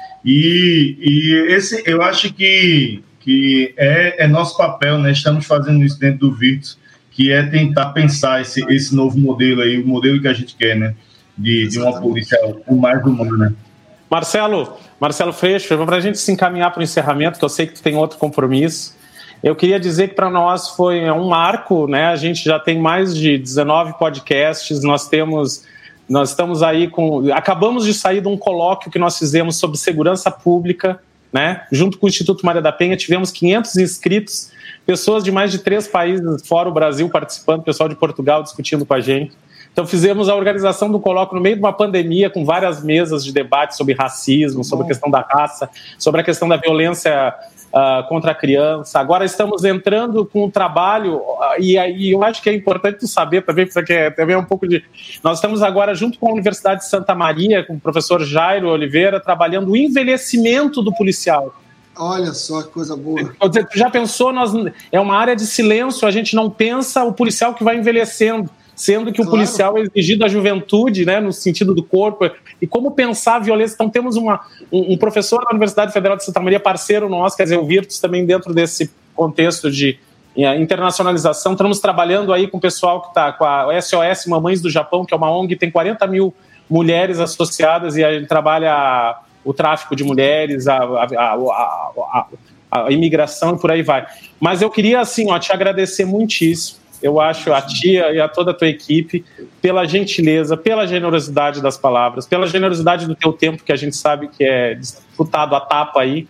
E, e esse, eu acho que, que é, é nosso papel, né, estamos fazendo isso dentro do Virtus, que é tentar pensar esse, esse novo modelo aí, o modelo que a gente quer, né? De, de uma polícia mais humana. Marcelo, Marcelo Freixo, para a gente se encaminhar para o encerramento, que eu sei que tu tem outro compromisso, eu queria dizer que para nós foi um marco, né? A gente já tem mais de dezenove podcasts, nós temos, nós estamos aí com, acabamos de sair de um colóquio que nós fizemos sobre segurança pública, né? Junto com o Instituto Maria da Penha, tivemos quinhentos inscritos, pessoas de mais de três países fora o Brasil participando, pessoal de Portugal discutindo com a gente. Então fizemos a organização do colóquio no meio de uma pandemia, com várias mesas de debate sobre racismo, sobre a questão da raça, sobre a questão da violência uh, contra a criança. Agora estamos entrando com um trabalho, uh, e, e eu acho que é importante tu saber também, porque é, também é um pouco de... Nós estamos agora, junto com a Universidade de Santa Maria, com o professor Jairo Oliveira, trabalhando o envelhecimento do policial. Olha só que coisa boa. Tu já pensou, nós, é uma área de silêncio, a gente não pensa o policial que vai envelhecendo, sendo que claro. O policial é exigido da juventude, né, no sentido do corpo, e como pensar a violência. Então temos uma, um, um professor da Universidade Federal de Santa Maria, parceiro nosso, quer dizer, o Virtus também dentro desse contexto de uh, internacionalização. Estamos trabalhando aí com o pessoal que está com a S O S Mamães do Japão, que é uma O N G, tem quarenta mil mulheres associadas, e a gente trabalha o tráfico de mulheres, a, a, a, a, a, a imigração e por aí vai. Mas eu queria, assim, ó, te agradecer muitíssimo. Eu acho a tia e a toda a tua equipe pela gentileza, pela generosidade das palavras, pela generosidade do teu tempo, que a gente sabe que é disputado a tapa aí.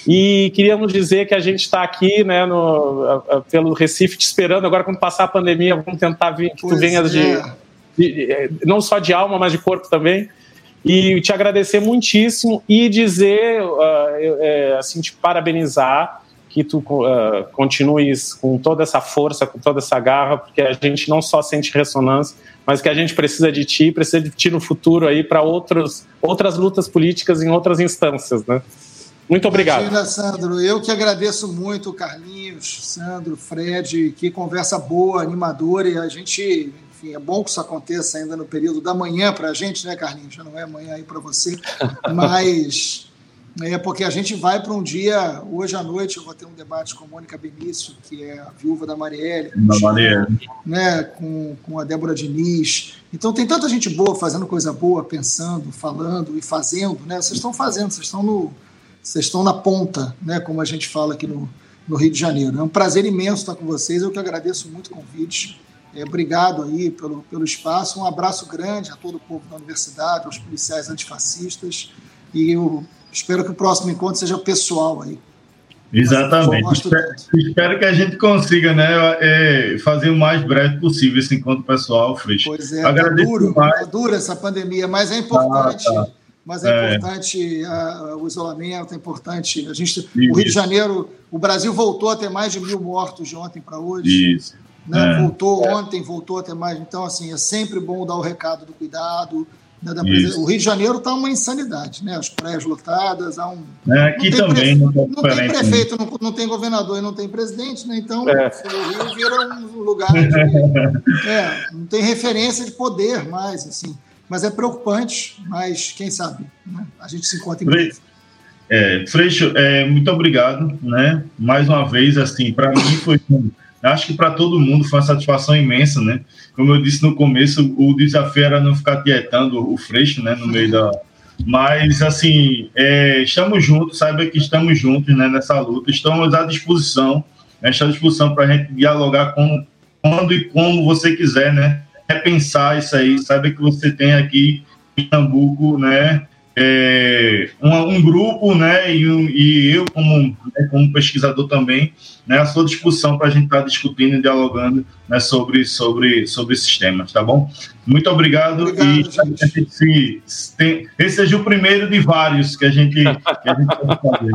E queríamos dizer que a gente está aqui, né, no, pelo Recife te esperando. Agora, quando passar a pandemia, vamos tentar vir, que tu venhas de, de, não só de alma, mas de corpo também. E te agradecer muitíssimo e dizer, uh, é, assim, te parabenizar, que tu uh, continues com toda essa força, com toda essa garra, porque a gente não só sente ressonância, mas que a gente precisa de ti, precisa de ti no futuro aí para outras lutas políticas em outras instâncias, né? Muito obrigado. Imagina, Sandro, eu que agradeço muito, Carlinhos, Sandro, Fred, que conversa boa, animadora, e a gente, enfim, é bom que isso aconteça ainda no período da manhã para a gente, né, Carlinhos? Já não é amanhã aí para você, mas... É porque a gente vai para um dia, hoje à noite eu vou ter um debate com a Mônica Benício, que é a viúva da Marielle, da Marielle. Né, com, com a Débora Diniz. Então tem tanta gente boa fazendo coisa boa, pensando, falando e fazendo, né? Vocês estão fazendo, vocês estão, no, vocês estão na ponta, né, como a gente fala aqui no, no Rio de Janeiro. É um prazer imenso estar com vocês, eu que agradeço muito o convite. É, obrigado aí pelo, pelo espaço, um abraço grande a todo o povo da universidade, aos policiais antifascistas, e eu espero que o próximo encontro seja pessoal aí. Exatamente. Espero, espero que a gente consiga, né, é, fazer o mais breve possível esse encontro pessoal, Freixo. Pois é, é duro, é duro essa pandemia, mas é importante, ah, tá. mas é, é. importante a, o isolamento, é importante. A gente, o Rio de Janeiro, o Brasil voltou a ter mais de mil mortos de ontem para hoje. Isso. Né? É. Voltou ontem, voltou a ter mais. Então, assim, é sempre bom dar o recado do cuidado. Né, da o Rio de Janeiro está uma insanidade, né? As praias lotadas, há um. É, aqui não também prefe... não, não tem prefeito, não, não tem governador e não tem presidente, né? Então é. O Rio vira um lugar de, é, não tem referência de poder mais, assim. Mas é preocupante, mas quem sabe, né? A gente se encontra em breve. É, Freixo, é, muito obrigado, né? Mais uma vez, assim, para mim foi. Acho que para todo mundo foi uma satisfação imensa, né? Como eu disse no começo, o desafio era não ficar tietando o Freixo, né? No meio da... Mas, assim, é, estamos juntos, saiba que estamos juntos, né, nessa luta. Estamos à disposição, né? Estamos à disposição para a gente dialogar com, quando e como você quiser, né? Repensar isso aí. Saiba que você tem aqui em Pernambuco, né? É, um, um grupo, né, e, um, e eu como, né, como pesquisador também, né, à sua disposição para a gente estar tá discutindo e dialogando, né, sobre, sobre, sobre esses temas, tá bom? Muito obrigado, obrigado e a gente se, se tem, esse seja o primeiro de vários que a gente, que a gente pode fazer.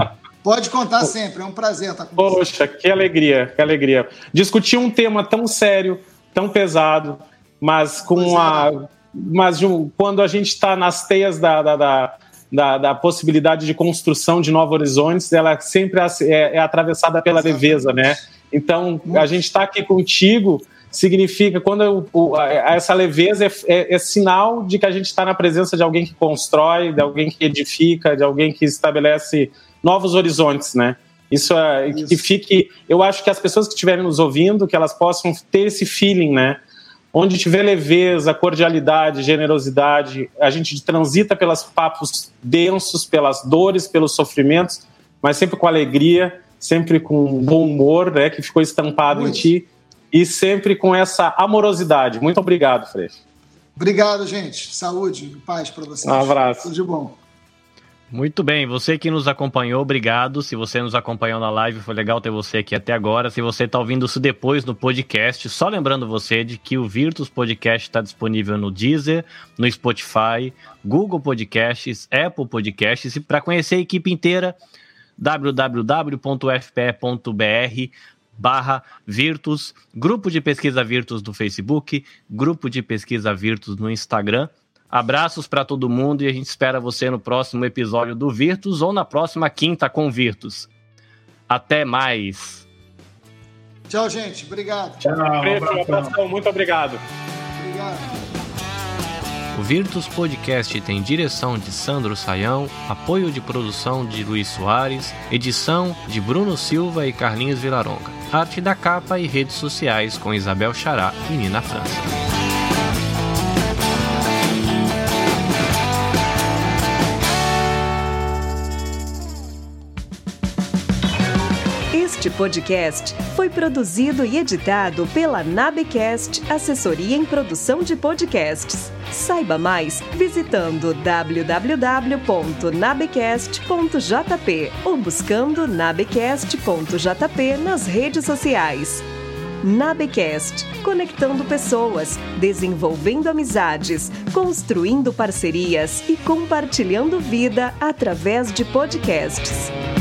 Pode contar sempre, é um prazer estar com Poxa, você. que alegria, que alegria. Discutir um tema tão sério, tão pesado, mas com a... Mas quando a gente está nas teias da, da, da, da, da possibilidade de construção de novos horizontes, ela sempre é, é atravessada pela leveza, né? Então, a gente está aqui contigo significa, quando o, essa leveza é, é, é sinal de que a gente está na presença de alguém que constrói, de alguém que edifica, de alguém que estabelece novos horizontes, né? Isso é Isso. que fique... Eu acho que as pessoas que estiverem nos ouvindo, que elas possam ter esse feeling, né? Onde tiver leveza, cordialidade, generosidade, a gente transita pelos papos densos, pelas dores, pelos sofrimentos, mas sempre com alegria, sempre com bom humor, né? Que ficou estampado Muito. em ti, e sempre com essa amorosidade. Muito obrigado, Frei. Obrigado, gente. Saúde e paz para vocês. Um abraço. Tudo de bom. Muito bem, você que nos acompanhou, obrigado. Se você nos acompanhou na live, foi legal ter você aqui até agora. Se você está ouvindo isso depois no podcast, só lembrando você de que o Virtus Podcast está disponível no Deezer, no Spotify, Google Podcasts, Apple Podcasts. E para conhecer a equipe inteira, w w w ponto f p e ponto b r barra Virtus, grupo de pesquisa Virtus no Facebook, grupo de pesquisa Virtus no Instagram. Abraços para todo mundo e a gente espera você no próximo episódio do Virtus ou na próxima quinta com Virtus. Até mais. Tchau, gente. Obrigado. Tchau. Um abraço. Muito obrigado. Obrigado. O Virtus Podcast tem direção de Sandro Saião, apoio de produção de Luiz Soares, edição de Bruno Silva e Carlinhos Vilaronga, arte da capa e redes sociais com Isabel Xará e Nina França. Este podcast foi produzido e editado pela Nabecast, assessoria em produção de podcasts. Saiba mais visitando w w w ponto nabecast ponto j p ou buscando nabecast ponto j p nas redes sociais. Nabecast, conectando pessoas, desenvolvendo amizades, construindo parcerias e compartilhando vida através de podcasts.